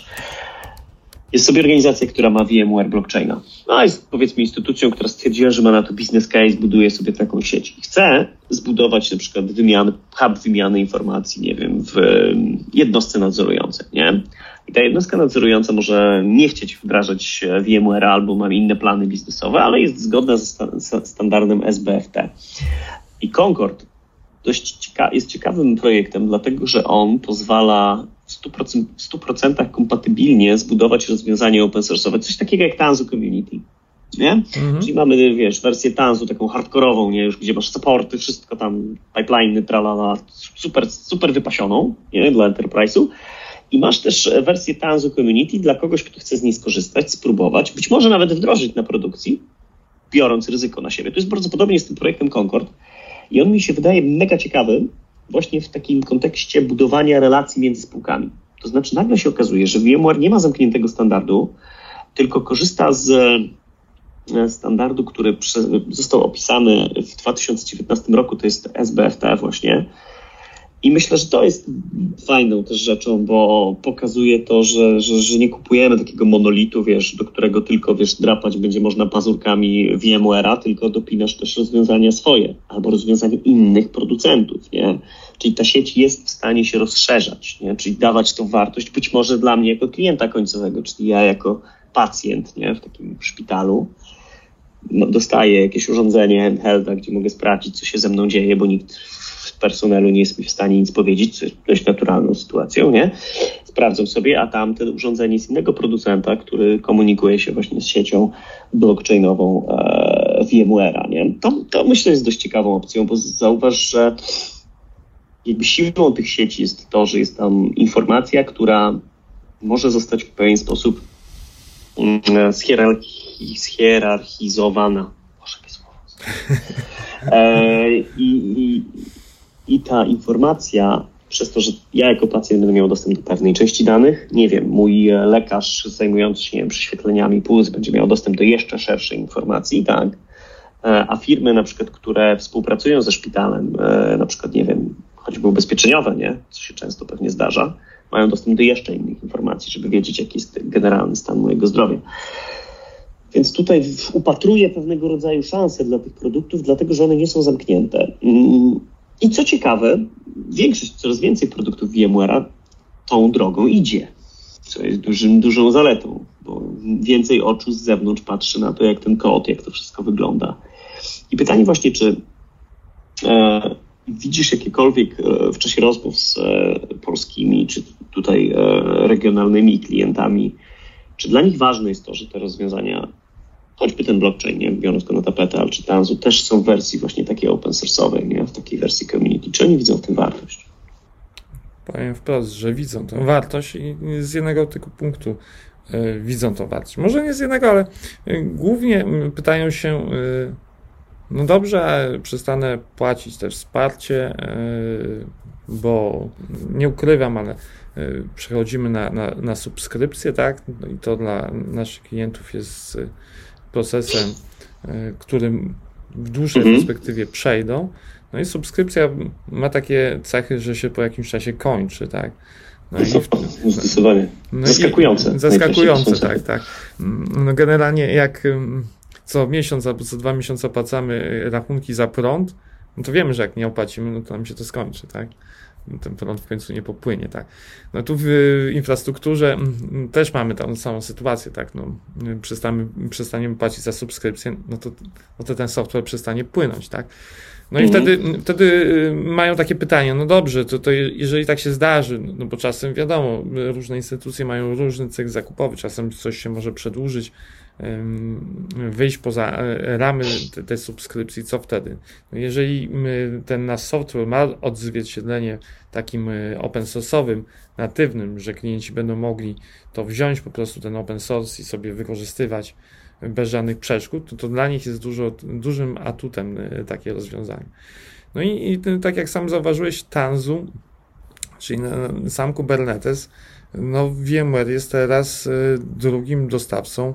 jest sobie organizacja, która ma VMware Blockchaina. No jest powiedzmy instytucją, która stwierdziła, że ma na to business case, buduje sobie taką sieć. I chce zbudować na przykład wymiany, hub wymiany informacji, nie wiem, w jednostce nadzorującej, nie? I ta jednostka nadzorująca może nie chcieć wdrażać VMware'a albo ma inne plany biznesowe, ale jest zgodna ze sta- standardem S B F T. I Concord dość cieka- jest ciekawym projektem, dlatego że on pozwala w stu procentach, w stu procentach kompatybilnie zbudować rozwiązanie open source'owe, coś takiego jak Tanzu Community. Nie? Mhm. Czyli mamy, wiesz, wersję Tanzu taką hardkorową, nie? Już gdzie masz supporty, wszystko tam, pipeliny, tralala, super, super wypasioną, nie? Dla enterprise'u. I masz też wersję Tanzu Community dla kogoś, kto chce z niej skorzystać, spróbować, być może nawet wdrożyć na produkcji, biorąc ryzyko na siebie. To jest bardzo podobnie z tym projektem Concord i on mi się wydaje mega ciekawy właśnie w takim kontekście budowania relacji między spółkami. To znaczy nagle się okazuje, że VMware nie ma zamkniętego standardu, tylko korzysta z standardu, który został opisany w dwa tysiące dziewiętnastym roku, to jest S B F T właśnie. I myślę, że to jest fajną też rzeczą, bo pokazuje to, że, że, że nie kupujemy takiego monolitu, wiesz, do którego tylko, wiesz, drapać będzie można pazurkami VMware'a, tylko dopinasz też rozwiązania swoje albo rozwiązania innych producentów, nie? Czyli ta sieć jest w stanie się rozszerzać, nie? Czyli dawać tą wartość być może dla mnie jako klienta końcowego, czyli ja jako pacjent, nie? W takim szpitalu. No, dostaję jakieś urządzenie handhelda, gdzie mogę sprawdzić, co się ze mną dzieje, bo nikt z personelu nie jest mi w stanie nic powiedzieć, co jest dość naturalną sytuacją, nie? Sprawdzam sobie, a tam to urządzenie jest innego producenta, który komunikuje się właśnie z siecią blockchainową e, VMware'a, nie? To, to myślę jest dość ciekawą opcją, bo zauważ, że jakby siłą tych sieci jest to, że jest tam informacja, która może zostać w pewien sposób mm, zhierarchi- zhierarchizowana. Boże, jakie słowo. E, i, i, I ta informacja, przez to, że ja jako pacjent będę miał dostęp do pewnej części danych, nie wiem, mój lekarz zajmujący się, nie wiem, prześwietleniami puls będzie miał dostęp do jeszcze szerszej informacji, tak? A firmy na przykład, które współpracują ze szpitalem, na przykład, nie wiem, choćby ubezpieczeniowe, nie? Co się często pewnie zdarza, mają dostęp do jeszcze innych informacji, żeby wiedzieć, jaki jest generalny stan mojego zdrowia. Więc tutaj upatruję pewnego rodzaju szanse dla tych produktów, dlatego że one nie są zamknięte. I co ciekawe, większość, coraz więcej produktów VMware'a tą drogą idzie, co jest dużym, dużą zaletą, bo więcej oczu z zewnątrz patrzy na to, jak ten kod, jak to wszystko wygląda. I pytanie właśnie, czy e, widzisz jakiekolwiek e, w czasie rozmów z e, polskimi, czy tutaj e, regionalnymi klientami, czy dla nich ważne jest to, że te rozwiązania, choćby ten blockchain, nie, biorąc go na tapetę, ale czy Tanzu, też są w wersji właśnie takiej open source'owej, nie, w takiej wersji community. Czy oni widzą w tym wartość?
Powiem wprost, że widzą tę wartość i z jednego tylko punktu y, widzą tą wartość. Może nie z jednego, ale y, głównie pytają się, y, no dobrze, przestanę płacić też wsparcie, y, bo nie ukrywam, ale y, przechodzimy na, na, na subskrypcję, tak? No i to dla naszych klientów jest y, procesem, y, którym w dłuższej mhm. perspektywie przejdą. No i subskrypcja ma takie cechy, że się po jakimś czasie kończy, tak?
No i zdecydowanie. No zaskakujące.
I, zaskakujące, tak, tak. No generalnie jak co miesiąc albo co dwa miesiące opłacamy rachunki za prąd, no to wiemy, że jak nie opłacimy, no to nam się to skończy, tak? Ten prąd w końcu nie popłynie, tak. No tu w infrastrukturze też mamy tą samą sytuację, tak, no przestaniemy, przestaniemy płacić za subskrypcję, no to, no to ten software przestanie płynąć, tak. No i mhm. wtedy, wtedy mają takie pytanie, no dobrze, to, to jeżeli tak się zdarzy, no bo czasem wiadomo, różne instytucje mają różny cykl zakupowy, czasem coś się może przedłużyć, wyjść poza ramy tej subskrypcji, co wtedy? No jeżeli ten nasz software ma odzwierciedlenie takim open source'owym, natywnym, że klienci będą mogli to wziąć po prostu ten open source i sobie wykorzystywać bez żadnych przeszkód, to, to dla nich jest dużo, dużym atutem takie rozwiązanie. No i, i tak jak sam zauważyłeś, Tanzu, czyli sam Kubernetes, no VMware jest teraz drugim dostawcą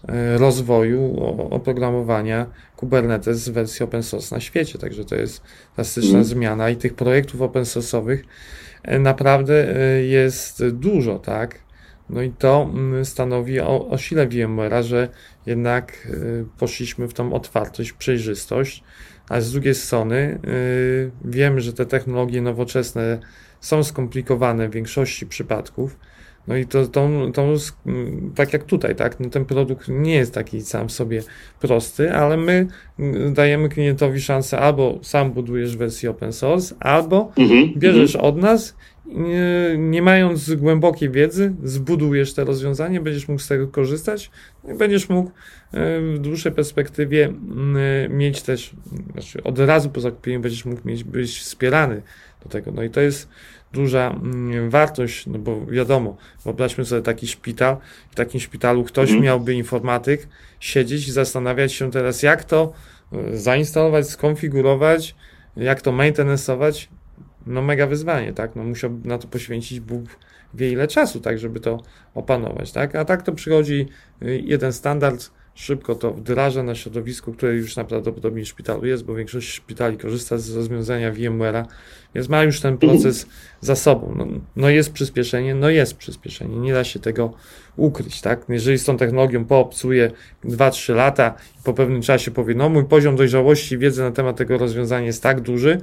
rozwoju oprogramowania Kubernetes w wersji open source na świecie, także to jest drastyczna mm. zmiana i tych projektów open source'owych naprawdę jest dużo, tak? No i to stanowi o, o sile VMware'a, że jednak poszliśmy w tą otwartość, przejrzystość, a z drugiej strony yy, wiemy, że te technologie nowoczesne są skomplikowane w większości przypadków. No i to, to, to tak jak tutaj, tak? No ten produkt nie jest taki sam sobie prosty, ale my dajemy klientowi szansę albo sam budujesz wersję open source, albo mhm, bierzesz mhm. od nas, nie, nie mając głębokiej wiedzy, zbudujesz te rozwiązanie, będziesz mógł z tego korzystać i będziesz mógł w dłuższej perspektywie mieć też, znaczy od razu po zakupieniu będziesz mógł mieć, być wspierany do tego. No i to jest duża wartość, no bo wiadomo, wyobraźmy sobie taki szpital, w takim szpitalu ktoś mm. miałby informatyk siedzieć i zastanawiać się teraz, jak to zainstalować, skonfigurować, jak to maintenance'ować, no mega wyzwanie, tak, no musiałby na to poświęcić Bóg wie ile czasu, tak, żeby to opanować, tak, a tak to przychodzi jeden standard, szybko to wdraża na środowisku, które już prawdopodobnie w szpitalu jest, bo większość szpitali korzysta z rozwiązania VMware'a, więc ma już ten proces za sobą. No, no jest przyspieszenie, no jest przyspieszenie, nie da się tego ukryć, tak? Jeżeli z tą technologią poobcuje dwa trzy lata i po pewnym czasie powie, no mój poziom dojrzałości i wiedzy na temat tego rozwiązania jest tak duży,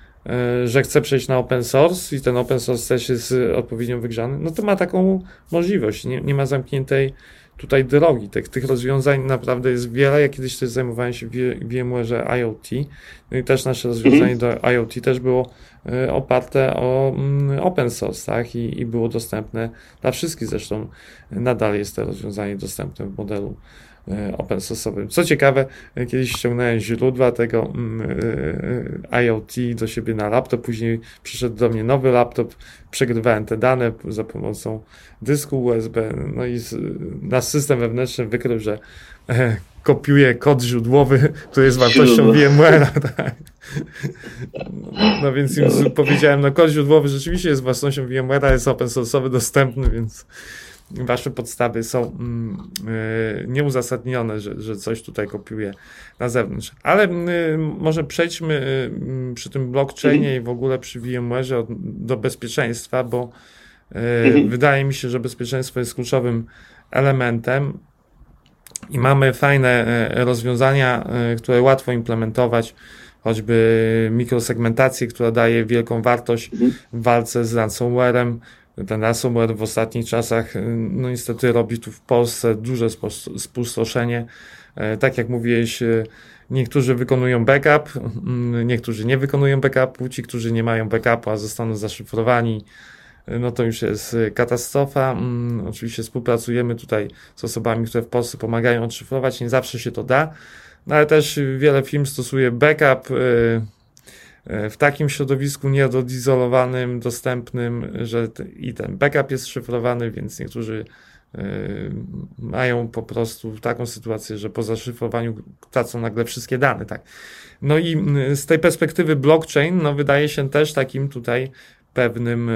że chce przejść na open source i ten open source też jest odpowiednio wygrzany, no to ma taką możliwość, nie, nie ma zamkniętej tutaj drogi. Tych, tych rozwiązań naprawdę jest wiele. Ja kiedyś też zajmowałem się w VMware'ze IoT, no i też nasze rozwiązanie do IoT też było y, oparte o y, open source, tak? I, i było dostępne dla wszystkich. Zresztą nadal jest to rozwiązanie dostępne w modelu y, open source'owym. Co ciekawe, kiedyś ściągnąłem źródła tego y, y, IoT do siebie na laptop, później przyszedł do mnie nowy laptop, przegrywałem te dane za pomocą dysku U S B, no i z, nasz system wewnętrzny wykrył, że e, kopiuje kod źródłowy, który jest wartością VMware'a, tak. No, no więc im powiedziałem, no kod źródłowy rzeczywiście jest własnością VMware'a, jest open source'owy, dostępny, więc wasze podstawy są mm, y, nieuzasadnione, że, że coś tutaj kopiuje na zewnątrz. Ale y, może przejdźmy y, przy tym blockchainie i w ogóle przy VMware'ze do bezpieczeństwa, bo y, mhm. wydaje mi się, że bezpieczeństwo jest kluczowym elementem I mamy fajne rozwiązania, które łatwo implementować, choćby mikrosegmentację, która daje wielką wartość w walce z ransomware'em. Ten ransomware w ostatnich czasach, no niestety robi tu w Polsce duże spustoszenie. Tak jak mówiłeś, niektórzy wykonują backup, niektórzy nie wykonują backupu, ci, którzy nie mają backupu, a zostaną zaszyfrowani, no to już jest katastrofa. Oczywiście współpracujemy tutaj z osobami, które w Polsce pomagają odszyfrować, nie zawsze się to da, no ale też wiele firm stosuje backup w takim środowisku nieodizolowanym, dostępnym, że i ten backup jest szyfrowany, więc niektórzy mają po prostu taką sytuację, że po zaszyfrowaniu tracą nagle wszystkie dane, tak. No i z tej perspektywy blockchain, no wydaje się też takim tutaj pewnym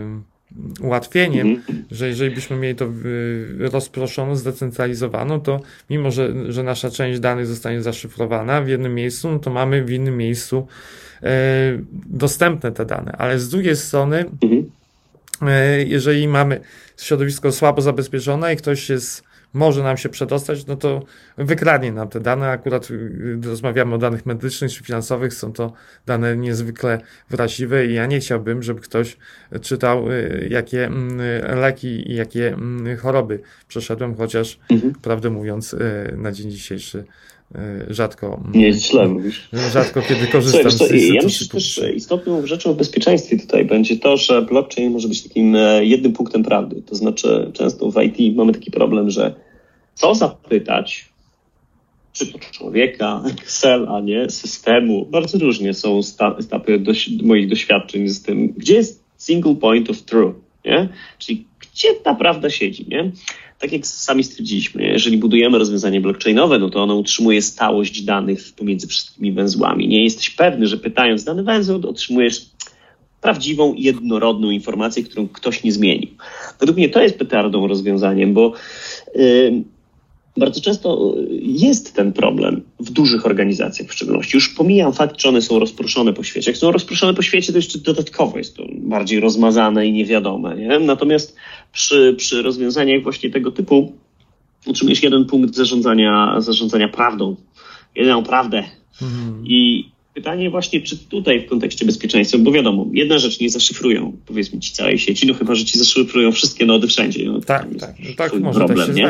ułatwieniem, mm. że jeżeli byśmy mieli to rozproszoną, zdecentralizowaną, to mimo, że, że nasza część danych zostanie zaszyfrowana w jednym miejscu, no to mamy w innym miejscu e, dostępne te dane, ale z drugiej strony mm. e, jeżeli mamy środowisko słabo zabezpieczone i ktoś jest, może nam się przedostać, no to wykradnie nam te dane. Akurat rozmawiamy o danych medycznych czy finansowych, są to dane niezwykle wrażliwe i ja nie chciałbym, żeby ktoś czytał, jakie leki i jakie choroby przeszedłem, chociaż mhm. prawdę mówiąc na dzień dzisiejszy rzadko.
Nie jest źle, mówisz.
Rzadko kiedy korzystam
Słuchaj,
z instytucji.
Ja myślę, że też istotną rzeczą w bezpieczeństwie tutaj będzie to, że blockchain może być takim jednym punktem prawdy. To znaczy często w I T mamy taki problem, że co zapytać, czy to człowieka, Excel, a nie systemu. Bardzo różnie są etapy doś- moich doświadczeń z tym, gdzie jest single point of truth, nie? Czyli gdzie ta prawda siedzi, nie? Tak jak sami stwierdziliśmy, jeżeli budujemy rozwiązanie blockchainowe, no to ono utrzymuje stałość danych pomiędzy wszystkimi węzłami. Nie jesteś pewny, że pytając dany węzeł, otrzymujesz prawdziwą, jednorodną informację, którą ktoś nie zmienił. Według mnie to jest petardą rozwiązaniem, bo yy, bardzo często jest ten problem w dużych organizacjach w szczególności. Już pomijam fakt, czy one są rozproszone po świecie. Jak są rozproszone po świecie, to jeszcze dodatkowo jest to bardziej rozmazane i niewiadome. Nie? Natomiast przy, przy rozwiązaniach właśnie tego typu otrzymujesz jeden punkt zarządzania, zarządzania prawdą. Jedną prawdę. Mhm. I pytanie właśnie, czy tutaj w kontekście bezpieczeństwa, bo wiadomo, jedna rzecz nie zaszyfrują, powiedzmy ci, całej sieci, no chyba, że ci zaszyfrują wszystkie nody wszędzie. No,
tak, tak, no tak może problem, też się nie?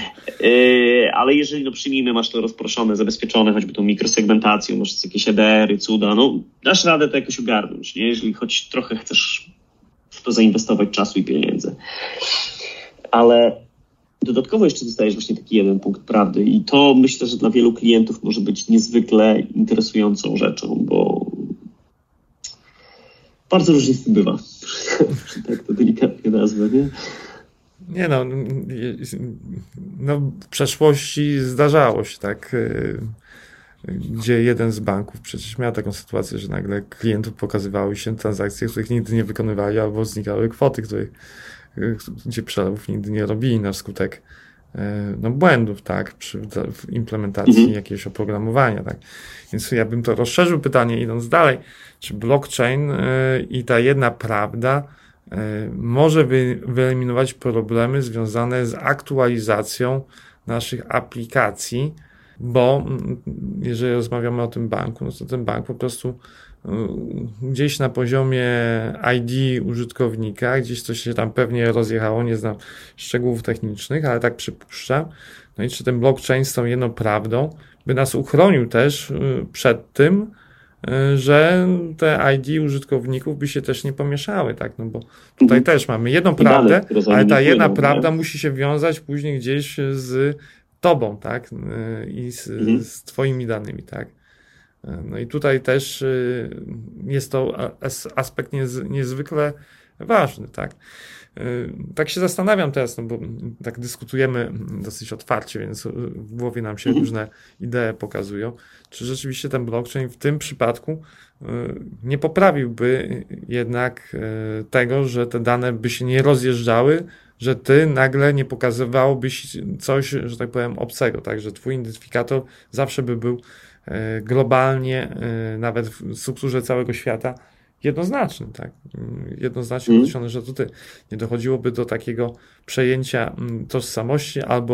Yy, ale jeżeli, no przyjmijmy, masz to rozproszone, zabezpieczone, choćby tą mikrosegmentacją, masz jakieś E D R-y, cuda, no dasz radę to jakoś ogarnąć, nie? Jeżeli choć trochę chcesz w to zainwestować czasu i pieniędzy. Ale dodatkowo jeszcze dostajesz właśnie taki jeden punkt prawdy i to myślę, że dla wielu klientów może być niezwykle interesującą rzeczą, bo bardzo różnie z tym bywa. Tak to delikatnie nazwę, nie?
Nie no, no, w przeszłości zdarzało się tak, gdzie jeden z banków przecież miał taką sytuację, że nagle klientów pokazywały się transakcje, których nigdy nie wykonywali, albo znikały kwoty, których, gdzie przelewów nigdy nie robili na skutek no, błędów, tak, przy w implementacji mhm. jakiegoś oprogramowania, tak. Więc ja bym to rozszerzył pytanie, idąc dalej, czy blockchain i ta jedna prawda może wy, wyeliminować problemy związane z aktualizacją naszych aplikacji, bo jeżeli rozmawiamy o tym banku, no to ten bank po prostu gdzieś na poziomie I D użytkownika, gdzieś coś się tam pewnie rozjechało, nie znam szczegółów technicznych, ale tak przypuszczam. No i czy ten blockchain z tą jedną prawdą by nas uchronił też przed tym, że te I D użytkowników by się też nie pomieszały, tak, no bo tutaj mhm. też mamy jedną prawdę, ale ta jedna prawda nie? musi się wiązać później gdzieś z tobą, tak, i z, mhm. z twoimi danymi, tak. No i tutaj też jest to aspekt niezwykle ważny, tak. Tak się zastanawiam teraz, no bo tak dyskutujemy dosyć otwarcie, więc w głowie nam się mhm. różne idee pokazują, czy rzeczywiście ten blockchain w tym przypadku nie poprawiłby jednak tego, że te dane by się nie rozjeżdżały, że ty nagle nie pokazywałbyś coś, że tak powiem, obcego, tak, że twój identyfikator zawsze by był globalnie, nawet w strukturze całego świata, jednoznaczny, tak? Jednoznacznie określony, mm. że tutaj nie dochodziłoby do takiego przejęcia tożsamości albo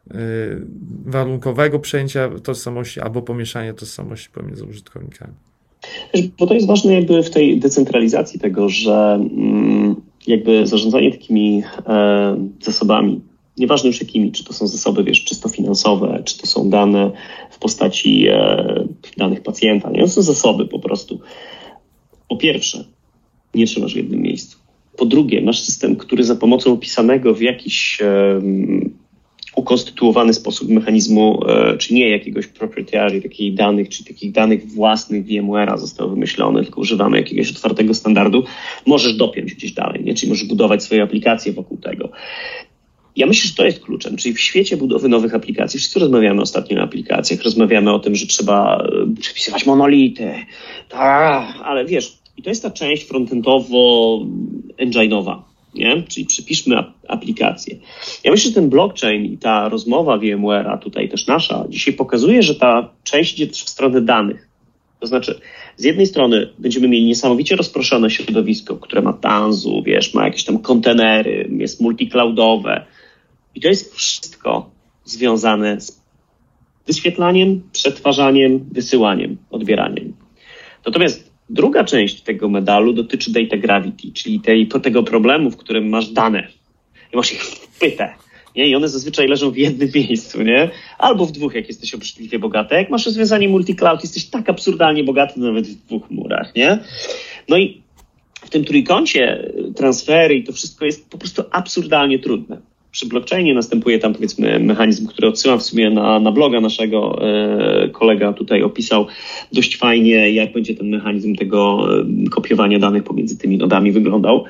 warunkowego przejęcia tożsamości albo pomieszania tożsamości pomiędzy użytkownikami.
Bo to jest ważne jakby w tej decentralizacji tego, że jakby zarządzanie takimi zasobami, nieważne już jakimi, czy to są zasoby, wiesz, czysto finansowe, czy to są dane w postaci danych pacjenta, nie? To są zasoby po prostu. Po pierwsze, nie trzymasz w jednym miejscu. Po drugie, masz system, który za pomocą opisanego w jakiś um, ukonstytuowany sposób mechanizmu, e, czy nie jakiegoś proprietary, takich danych, czy takich danych własnych VMware'a został wymyślony, tylko używamy jakiegoś otwartego standardu, możesz dopiąć gdzieś dalej, nie? Czyli możesz budować swoje aplikacje wokół tego. Ja myślę, że to jest kluczem, czyli w świecie budowy nowych aplikacji, wszyscy rozmawiamy ostatnio o aplikacjach, rozmawiamy o tym, że trzeba przepisywać monolity, tak, ale wiesz, i to jest ta część frontendowo-engine'owa, nie? Czyli przypiszmy aplikację. Ja myślę, że ten blockchain i ta rozmowa VMware'a, tutaj też nasza, dzisiaj pokazuje, że ta część idzie też w stronę danych. To znaczy, z jednej strony będziemy mieli niesamowicie rozproszone środowisko, które ma Tanzu, wiesz, ma jakieś tam kontenery, jest multicloudowe i to jest wszystko związane z wyświetlaniem, przetwarzaniem, wysyłaniem, odbieraniem. Natomiast druga część tego medalu dotyczy data gravity, czyli tej, tego problemu, w którym masz dane i masz ich wpytę, nie? I one zazwyczaj leżą w jednym miejscu, nie? Albo w dwóch, jak jesteś obrzydliwie bogaty. Jak masz rozwiązanie multi-cloud, jesteś tak absurdalnie bogaty nawet w dwóch murach, nie? No i w tym trójkącie transfery i to wszystko jest po prostu absurdalnie trudne. Przy blockchainie następuje tam, powiedzmy, mechanizm, który odsyłam w sumie na, na bloga naszego e, kolega tutaj opisał dość fajnie, jak będzie ten mechanizm tego e, kopiowania danych pomiędzy tymi nodami wyglądał.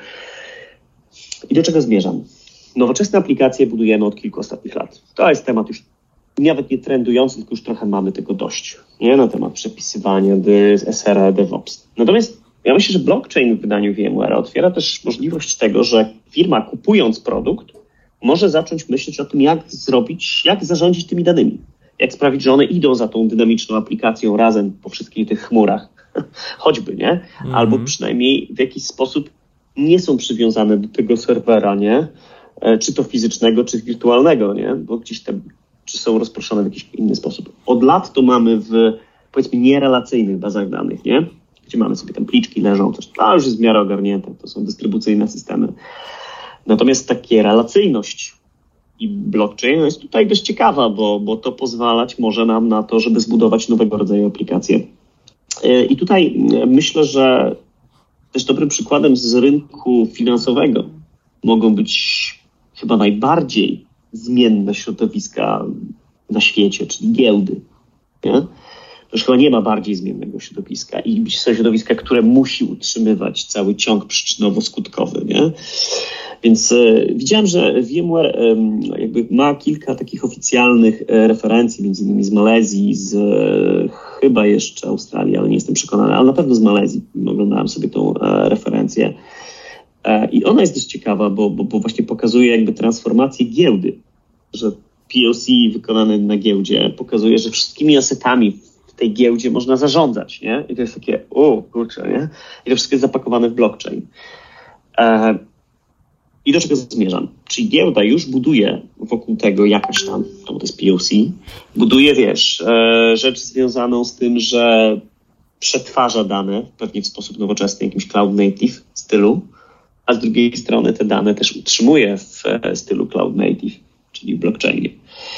I do czego zmierzam? Nowoczesne aplikacje budujemy od kilku ostatnich lat. To jest temat już nawet nie trendujący, tylko już trochę mamy tego dość, nie? Na temat przepisywania, S R E, DevOps. Natomiast ja myślę, że blockchain w wydaniu VMware'a otwiera też możliwość tego, że firma kupując produkt może zacząć myśleć o tym, jak zrobić, jak zarządzić tymi danymi. Jak sprawić, że one idą za tą dynamiczną aplikacją razem po wszystkich tych chmurach. Choćby, nie? Mm-hmm. Albo przynajmniej w jakiś sposób nie są przywiązane do tego serwera, nie? Czy to fizycznego, czy wirtualnego, nie? Bo gdzieś tam, czy są rozproszone w jakiś inny sposób. Od lat to mamy w, powiedzmy, nierelacyjnych bazach danych, nie? Gdzie mamy sobie tam pliczki, leżą, coś, a już jest w miarę ogarnięte, to są dystrybucyjne systemy. Natomiast taka relacyjność i blockchain jest tutaj dość ciekawa, bo, bo to pozwalać może nam na to, żeby zbudować nowego rodzaju aplikacje. I tutaj myślę, że też dobrym przykładem z rynku finansowego mogą być chyba najbardziej zmienne środowiska na świecie, czyli giełdy. Nie? Już chyba nie ma bardziej zmiennego środowiska i środowiska, które musi utrzymywać cały ciąg przyczynowo-skutkowy. Nie? Więc e, widziałem, że VMware e, jakby ma kilka takich oficjalnych e, referencji, między innymi z Malezji, z e, chyba jeszcze Australii, ale nie jestem przekonany, ale na pewno z Malezji. Oglądałem sobie tą e, referencję. E, I ona jest dość ciekawa, bo, bo, bo właśnie pokazuje jakby transformację giełdy, że P O C wykonany na giełdzie pokazuje, że wszystkimi asetami w tej giełdzie można zarządzać, nie? I to jest takie, o kurczę, nie? I to wszystko jest zapakowane w blockchain. E, I do czego zmierzam? Czyli giełda już buduje wokół tego jakaś tam, to jest P O C, buduje, wiesz, e, rzecz związaną z tym, że przetwarza dane pewnie w sposób nowoczesny, jakimś cloud native stylu, a z drugiej strony te dane też utrzymuje w e, stylu cloud native, czyli w blockchainie.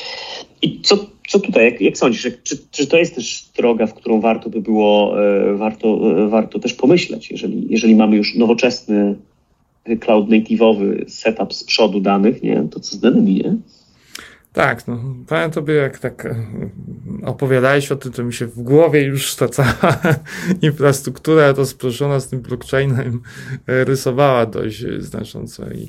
I co, co tutaj, jak, jak sądzisz, jak, czy, czy to jest też droga, w którą warto by było, e, warto, e, warto też pomyśleć, jeżeli, jeżeli mamy już nowoczesny cloud native'owy setup z przodu danych, nie? To co z danymi, nie?
Tak, no powiem tobie, jak tak opowiadałeś o tym, to mi się w głowie już ta cała infrastruktura rozproszona z tym blockchainem rysowała dość znacząco i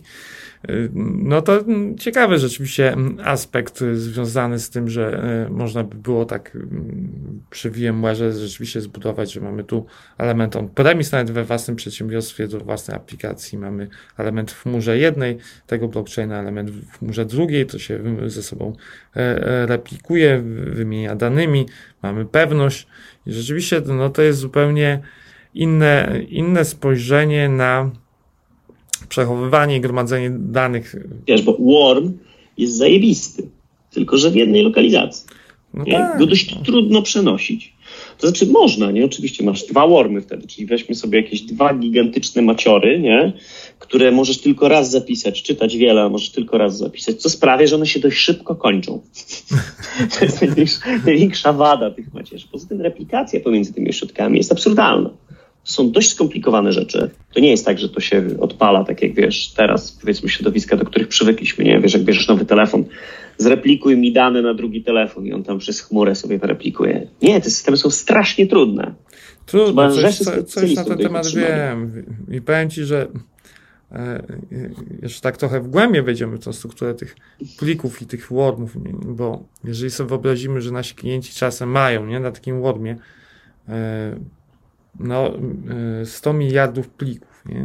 no to ciekawy rzeczywiście aspekt związany z tym, że można by było tak przy VMware'ze rzeczywiście zbudować, że mamy tu element on-premise nawet we własnym przedsiębiorstwie do własnej aplikacji, mamy element w chmurze jednej tego blockchaina, element w chmurze drugiej, to się ze sobą replikuje, wymienia danymi, mamy pewność i rzeczywiście no to jest zupełnie inne, inne spojrzenie na przechowywanie i gromadzenie danych.
Wiesz, bo Worm jest zajebisty. tylko że w jednej lokalizacji.
No
nie?
tak.
Go dość trudno przenosić. To znaczy można, nie? Oczywiście masz dwa wormy wtedy, czyli weźmy sobie jakieś dwa gigantyczne maciory, nie? Które możesz tylko raz zapisać, czytać wiele, a możesz tylko raz zapisać, co sprawia, że one się dość szybko kończą. To jest największa, największa wada tych macierzy. Poza tym replikacja pomiędzy tymi ośrodkami jest absurdalna. To są dość skomplikowane rzeczy. To nie jest tak, że to się odpala, tak jak wiesz, teraz powiedzmy środowiska, do których przywykliśmy, nie? Wiesz, jak bierzesz nowy telefon, zreplikuj mi dane na drugi telefon i on tam przez chmurę sobie replikuje. Nie, te systemy są strasznie trudne.
Trudno, coś, coś, coś na ten temat wiem. I powiem ci, że e, jeszcze tak trochę w głębiej wejdziemy w tą strukturę tych plików i tych wormów, bo jeżeli sobie wyobrazimy, że nasi klienci czasem mają, nie, na takim wormie e, no sto miliardów plików, nie?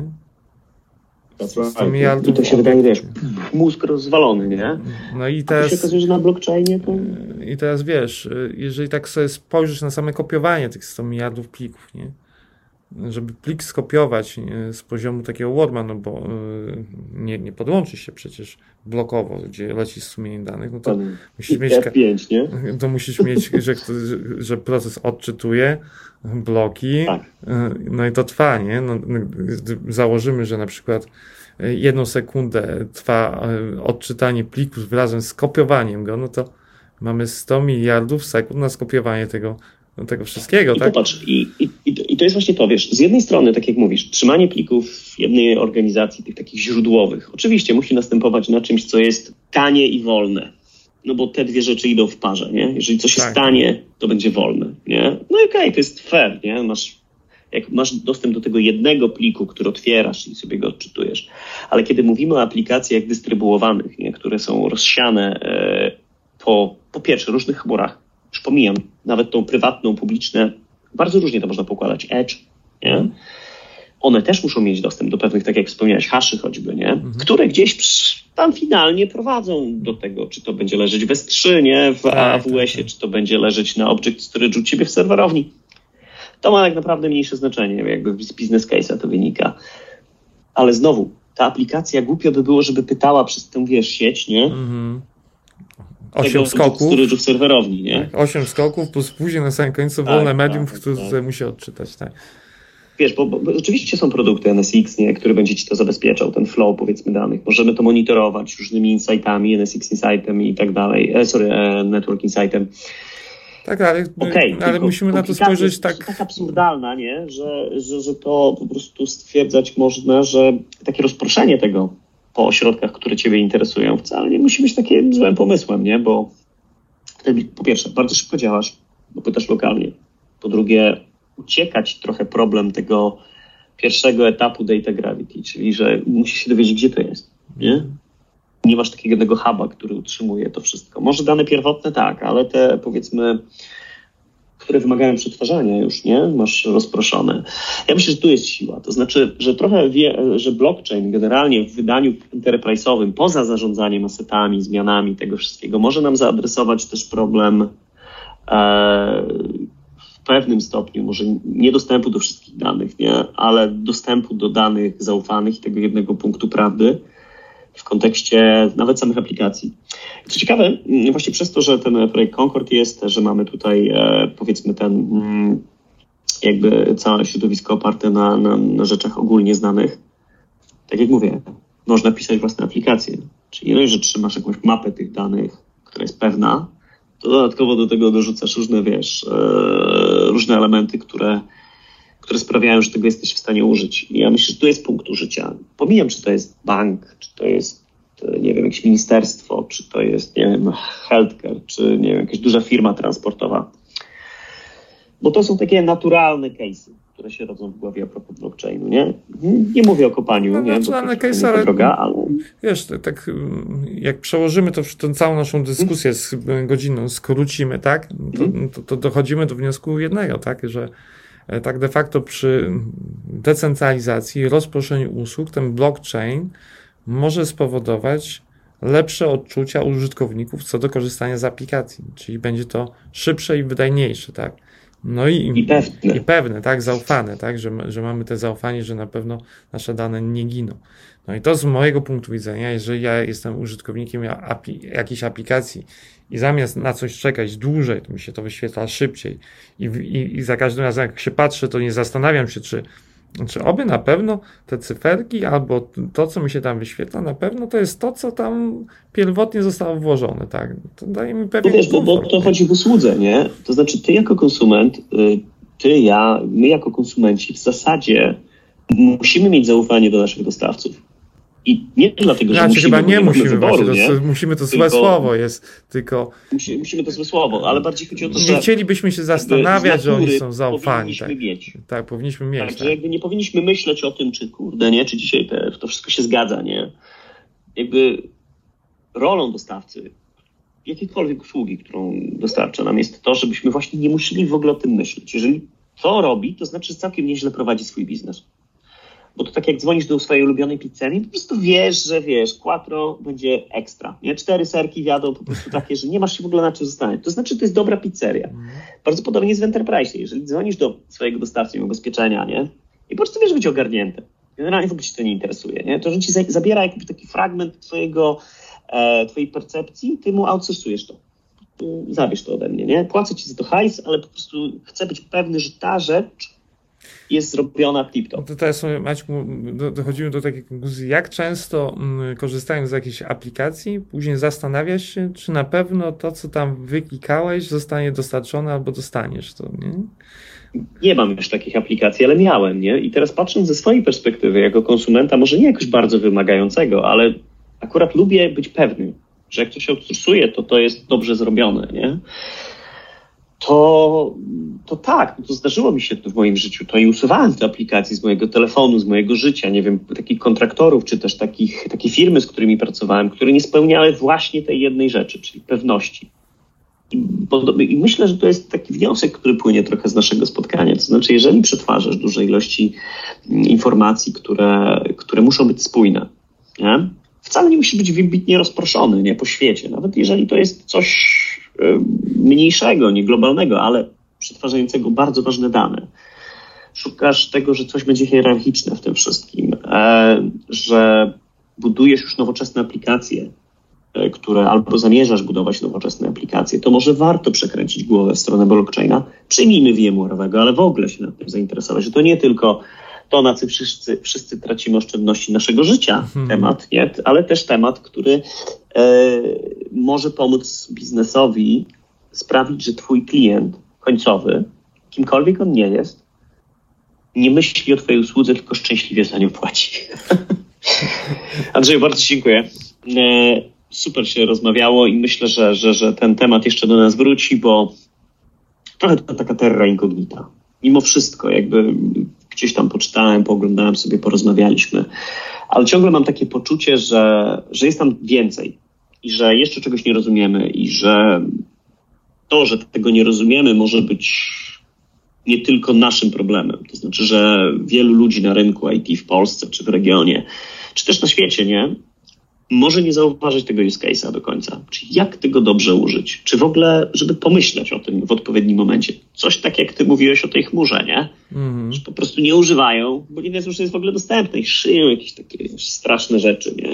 sto miliardów. I to się wydaje, wiesz, mózg rozwalony, nie?
No i teraz,
a to się okazuje, że na blockchainie to...
I teraz wiesz, jeżeli tak sobie spojrzysz na same kopiowanie tych sto miliardów plików, nie? Żeby plik skopiować nie, z poziomu takiego Wordma, no bo nie, nie podłączy się przecież blokowo, gdzie leci strumień danych, no to Pan, musisz mieć
F pięć, nie?
To musisz mieć, że, że proces odczytuje bloki, tak. No i to trwa, nie? No, założymy, że na przykład jedną sekundę trwa odczytanie pliku razem z kopiowaniem go, no to mamy sto miliardów sekund na skopiowanie tego tego wszystkiego,
I
tak?
Popatrz, i, i, i to jest właśnie to, wiesz, z jednej strony, tak jak mówisz, trzymanie plików w jednej organizacji, tych takich źródłowych, oczywiście musi następować na czymś, co jest tanie i wolne, no bo te dwie rzeczy idą w parze, nie? Jeżeli coś tak. jest tanie, to będzie wolne, nie? No i okej, okay, to jest fair, nie? Masz, jak masz dostęp do tego jednego pliku, który otwierasz i sobie go odczytujesz, ale kiedy mówimy o aplikacjach dystrybuowanych, nie? Które są rozsiane e, po, po pierwsze, różnych chmurach, już pomijam, nawet tą prywatną, publiczną, bardzo różnie to można pokładać, Edge, nie? One też muszą mieć dostęp do pewnych, tak jak wspomniałeś, haszy choćby, nie? Mhm. Które gdzieś tam finalnie prowadzą do tego, czy to będzie leżeć w S trzy, nie? W A W S-ie, czy to będzie leżeć na Object Storage u ciebie w serwerowni. To ma tak naprawdę mniejsze znaczenie, jakby z business case'a to wynika. Ale znowu, ta aplikacja głupio by było, żeby pytała przez tę, wiesz, sieć, nie? Mhm.
Osiem skoków.
W serwerowni, nie?
Tak, osiem skoków, plus później na samym końcu tak, wolne medium, tak, w którym tak. musi odczytać, tak.
Wiesz, bo, bo, bo oczywiście są produkty N S X, nie, który będzie ci to zabezpieczał, ten flow, powiedzmy, danych. Możemy to monitorować różnymi insightami, N S X Insightem i tak dalej, e, sorry, e, Network Insightem.
Tak, ale, okay, ale musimy na to spojrzeć tak...
tak absurdalna, nie? Że, że, że to po prostu stwierdzać można, że takie rozproszenie tego po ośrodkach, które ciebie interesują, wcale nie musi być takim złym pomysłem, nie? Bo wtedy, po pierwsze, bardzo szybko działasz, bo pytasz lokalnie. Po drugie, uciekać trochę problem tego pierwszego etapu data gravity, czyli że musisz się dowiedzieć, gdzie to jest, nie? Nie masz takiego jednego huba, który utrzymuje to wszystko. Może dane pierwotne tak, ale te, powiedzmy, które wymagają przetwarzania już, nie? Masz rozproszone. Ja myślę, że tu jest siła. To znaczy, że trochę wie, że blockchain generalnie w wydaniu enterprise'owym, poza zarządzaniem asetami, zmianami tego wszystkiego, może nam zaadresować też problem e, w pewnym stopniu, może nie dostępu do wszystkich danych, nie? Ale dostępu do danych zaufanych i tego jednego punktu prawdy w kontekście nawet samych aplikacji. Co ciekawe, właśnie przez to, że ten projekt Concord jest, że mamy tutaj e, powiedzmy ten jakby całe środowisko oparte na, na, na rzeczach ogólnie znanych, tak jak mówię, można pisać własne aplikacje. Czyli no, że trzymasz jakąś mapę tych danych, która jest pewna, to dodatkowo do tego dorzucasz różne, wiesz, e, różne elementy, które które sprawiają, że tego jesteś w stanie użyć. I ja myślę, że tu jest punkt użycia. Pomijam, czy to jest bank, czy to jest, nie wiem, jakieś ministerstwo, czy to jest, nie wiem, healthcare, czy, nie wiem, jakaś duża firma transportowa. Bo to są takie naturalne case'y, które się rodzą w głowie a propos blockchainu, nie? Nie mówię o kopaniu, no, nie?
Naturalne case'y, ale droga, ale... wiesz, tak jak przełożymy to, tę całą naszą dyskusję z godziną, skrócimy, tak? To, to, to dochodzimy do wniosku jednego, tak? Że tak de facto przy decentralizacji, rozproszeniu usług, ten blockchain może spowodować lepsze odczucia użytkowników co do korzystania z aplikacji, czyli będzie to szybsze i wydajniejsze, tak? No i,
I pewne.
I pewne, tak, zaufane, tak, że, że mamy te zaufanie, że na pewno nasze dane nie giną. No i to z mojego punktu widzenia, jeżeli ja jestem użytkownikiem api, jakiejś aplikacji i zamiast na coś czekać dłużej, to mi się to wyświetla szybciej i, i, i za każdym razem jak się patrzę, to nie zastanawiam się, czy Czy oby na pewno te cyferki albo to, co mi się tam wyświetla, na pewno to jest to, co tam pierwotnie zostało włożone, tak? To daje mi pewien
no wiesz, bo, bo to chodzi w usłudze, nie? To znaczy ty jako konsument, ty, ja, my jako konsumenci w zasadzie musimy mieć zaufanie do naszych dostawców. I nie dlatego, że
znaczy,
musimy,
chyba nie musimy,
wyboru,
właśnie,
nie?
To, musimy to złe słowo jest, tylko...
Musimy, musimy to złe słowo, ale bardziej chodzi o to,
nie
że...
chcielibyśmy się zastanawiać, że oni są zaufani.
Powinniśmy
tak.
mieć.
Tak, powinniśmy mieć.
Tak,
tak.
że jakby nie powinniśmy myśleć o tym, czy kurde, nie? Czy dzisiaj te, to wszystko się zgadza, nie? Jakby rolą dostawcy jakiejkolwiek usługi, którą dostarcza nam, jest to, żebyśmy właśnie nie musieli w ogóle o tym myśleć. Jeżeli to robi, to znaczy, że całkiem nieźle prowadzi swój biznes. Bo to tak jak dzwonisz do swojej ulubionej pizzerii, po prostu wiesz, że wiesz, quattro będzie ekstra, nie? Cztery serki wiadą po prostu takie, że nie masz się w ogóle na czym zastanawiać. To znaczy, to jest dobra pizzeria. Mm. Bardzo podobnie jest w Enterprise. Jeżeli dzwonisz do swojego dostawcy ubezpieczenia, nie? I po prostu wiesz, że będzie ogarnięte. Generalnie w ogóle cię to nie interesuje, nie? To, że ci zabiera jakiś taki fragment twojego, e, twojej percepcji, ty mu outsourcujesz to. Zabierz to ode mnie, nie? Płacę ci za to hajs, ale po prostu chcę być pewny, że ta rzecz jest zrobiona tip-top.
To teraz, Maćku, dochodzimy do takiej konkluzji, jak często mm, korzystając z jakiejś aplikacji, później zastanawiasz się, czy na pewno to, co tam wyklikałeś, zostanie dostarczone albo dostaniesz to, nie?
Nie mam już takich aplikacji, ale miałem, nie? I teraz patrząc ze swojej perspektywy jako konsumenta, może nie jakoś bardzo wymagającego, ale akurat lubię być pewny, że jak coś outsourcuje, to to jest dobrze zrobione, nie? To, to tak, to zdarzyło mi się to w moim życiu. To i usuwałem te aplikacje z mojego telefonu, z mojego życia, nie wiem, takich kontraktorów, czy też takich, takie firmy, z którymi pracowałem, które nie spełniały właśnie tej jednej rzeczy, czyli pewności. I, I myślę, że to jest taki wniosek, który płynie trochę z naszego spotkania. To znaczy, jeżeli przetwarzasz duże ilości informacji, które, które muszą być spójne, nie? Wcale nie musi być wybitnie rozproszony, nie, po świecie. Nawet jeżeli to jest coś mniejszego, nie globalnego, ale przetwarzającego bardzo ważne dane. Szukasz tego, że coś będzie hierarchiczne w tym wszystkim, że budujesz już nowoczesne aplikacje, które albo zamierzasz budować nowoczesne aplikacje, to może warto przekręcić głowę w stronę blockchaina. Przyjmijmy V M Ware'owego, ale w ogóle się nad tym zainteresować, że to nie tylko to, na co wszyscy, wszyscy tracimy oszczędności naszego życia, hmm. temat, nie? Ale też temat, który e, może pomóc biznesowi sprawić, że twój klient końcowy, kimkolwiek on nie jest, nie myśli o twojej usłudze, tylko szczęśliwie za nią płaci. Andrzeju, bardzo dziękuję. E, super się rozmawiało i myślę, że, że, że ten temat jeszcze do nas wróci, bo trochę to taka terra incognita. Mimo wszystko, jakby gdzieś tam poczytałem, pooglądałem sobie, porozmawialiśmy, ale ciągle mam takie poczucie, że, że jest tam więcej i że jeszcze czegoś nie rozumiemy i że to, że tego nie rozumiemy, może być nie tylko naszym problemem. To znaczy, że wielu ludzi na rynku I T w Polsce, czy w regionie, czy też na świecie, nie, może nie zauważyć tego use case'a do końca. Czyli jak tego dobrze użyć? Czy w ogóle, żeby pomyśleć o tym w odpowiednim momencie? Coś tak jak ty mówiłeś o tej chmurze, nie? Mm-hmm. Że po prostu nie używają, bo nie wiedzą, że jest w ogóle dostępne i szyją jakieś takie straszne rzeczy, nie?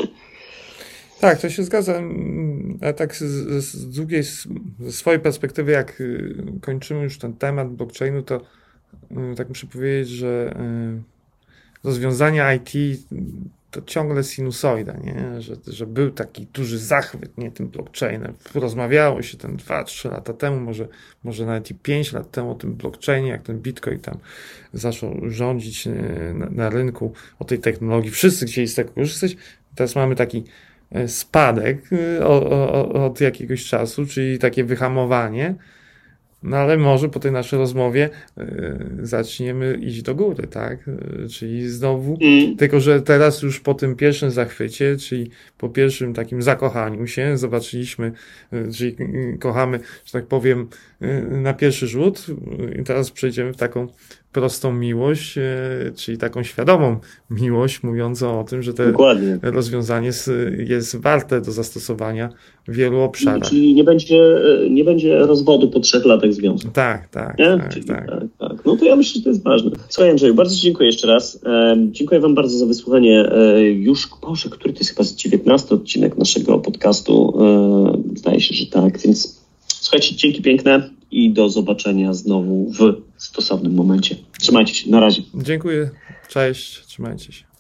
Tak, to się zgadza. A tak z, z drugiej, z swojej perspektywy, jak kończymy już ten temat blockchainu, to tak muszę powiedzieć, że rozwiązania I T to ciągle sinusoida, nie? Że, że był taki duży zachwyt, nie, tym blockchainem. Rozmawiało się ten dwa trzy lata temu, może, może nawet i pięć lat temu o tym blockchainie, jak ten Bitcoin tam zaczął rządzić na, na rynku, o tej technologii. Wszyscy chcieli z tego korzystać. Teraz mamy taki spadek od, od jakiegoś czasu, czyli takie wyhamowanie. No ale może po tej naszej rozmowie y, zaczniemy iść do góry, tak? Y, czyli znowu, mm. tylko że teraz już po tym pierwszym zachwycie, czyli po pierwszym takim zakochaniu się, zobaczyliśmy, y, czyli y, kochamy, że tak powiem, y, na pierwszy rzut i teraz przejdziemy w taką prostą miłość, czyli taką świadomą miłość, mówiącą o tym, że to
Dokładnie.
rozwiązanie jest, jest warte do zastosowania w wielu obszarach.
Czyli nie będzie, nie będzie rozwodu po trzech latach związku.
Tak, tak,
nie?
tak,
Czyli,
tak.
tak, tak. No to ja myślę, że to jest ważne. Słuchaj, Andrzeju, bardzo Ci dziękuję jeszcze raz. E, dziękuję Wam bardzo za wysłuchanie. E, już, Boże, który to jest chyba dziewiętnasty odcinek naszego podcastu. E, zdaje się, że tak, więc słuchajcie, dzięki piękne i do zobaczenia znowu w stosownym momencie. Trzymajcie się, na razie.
Dziękuję, cześć, trzymajcie się.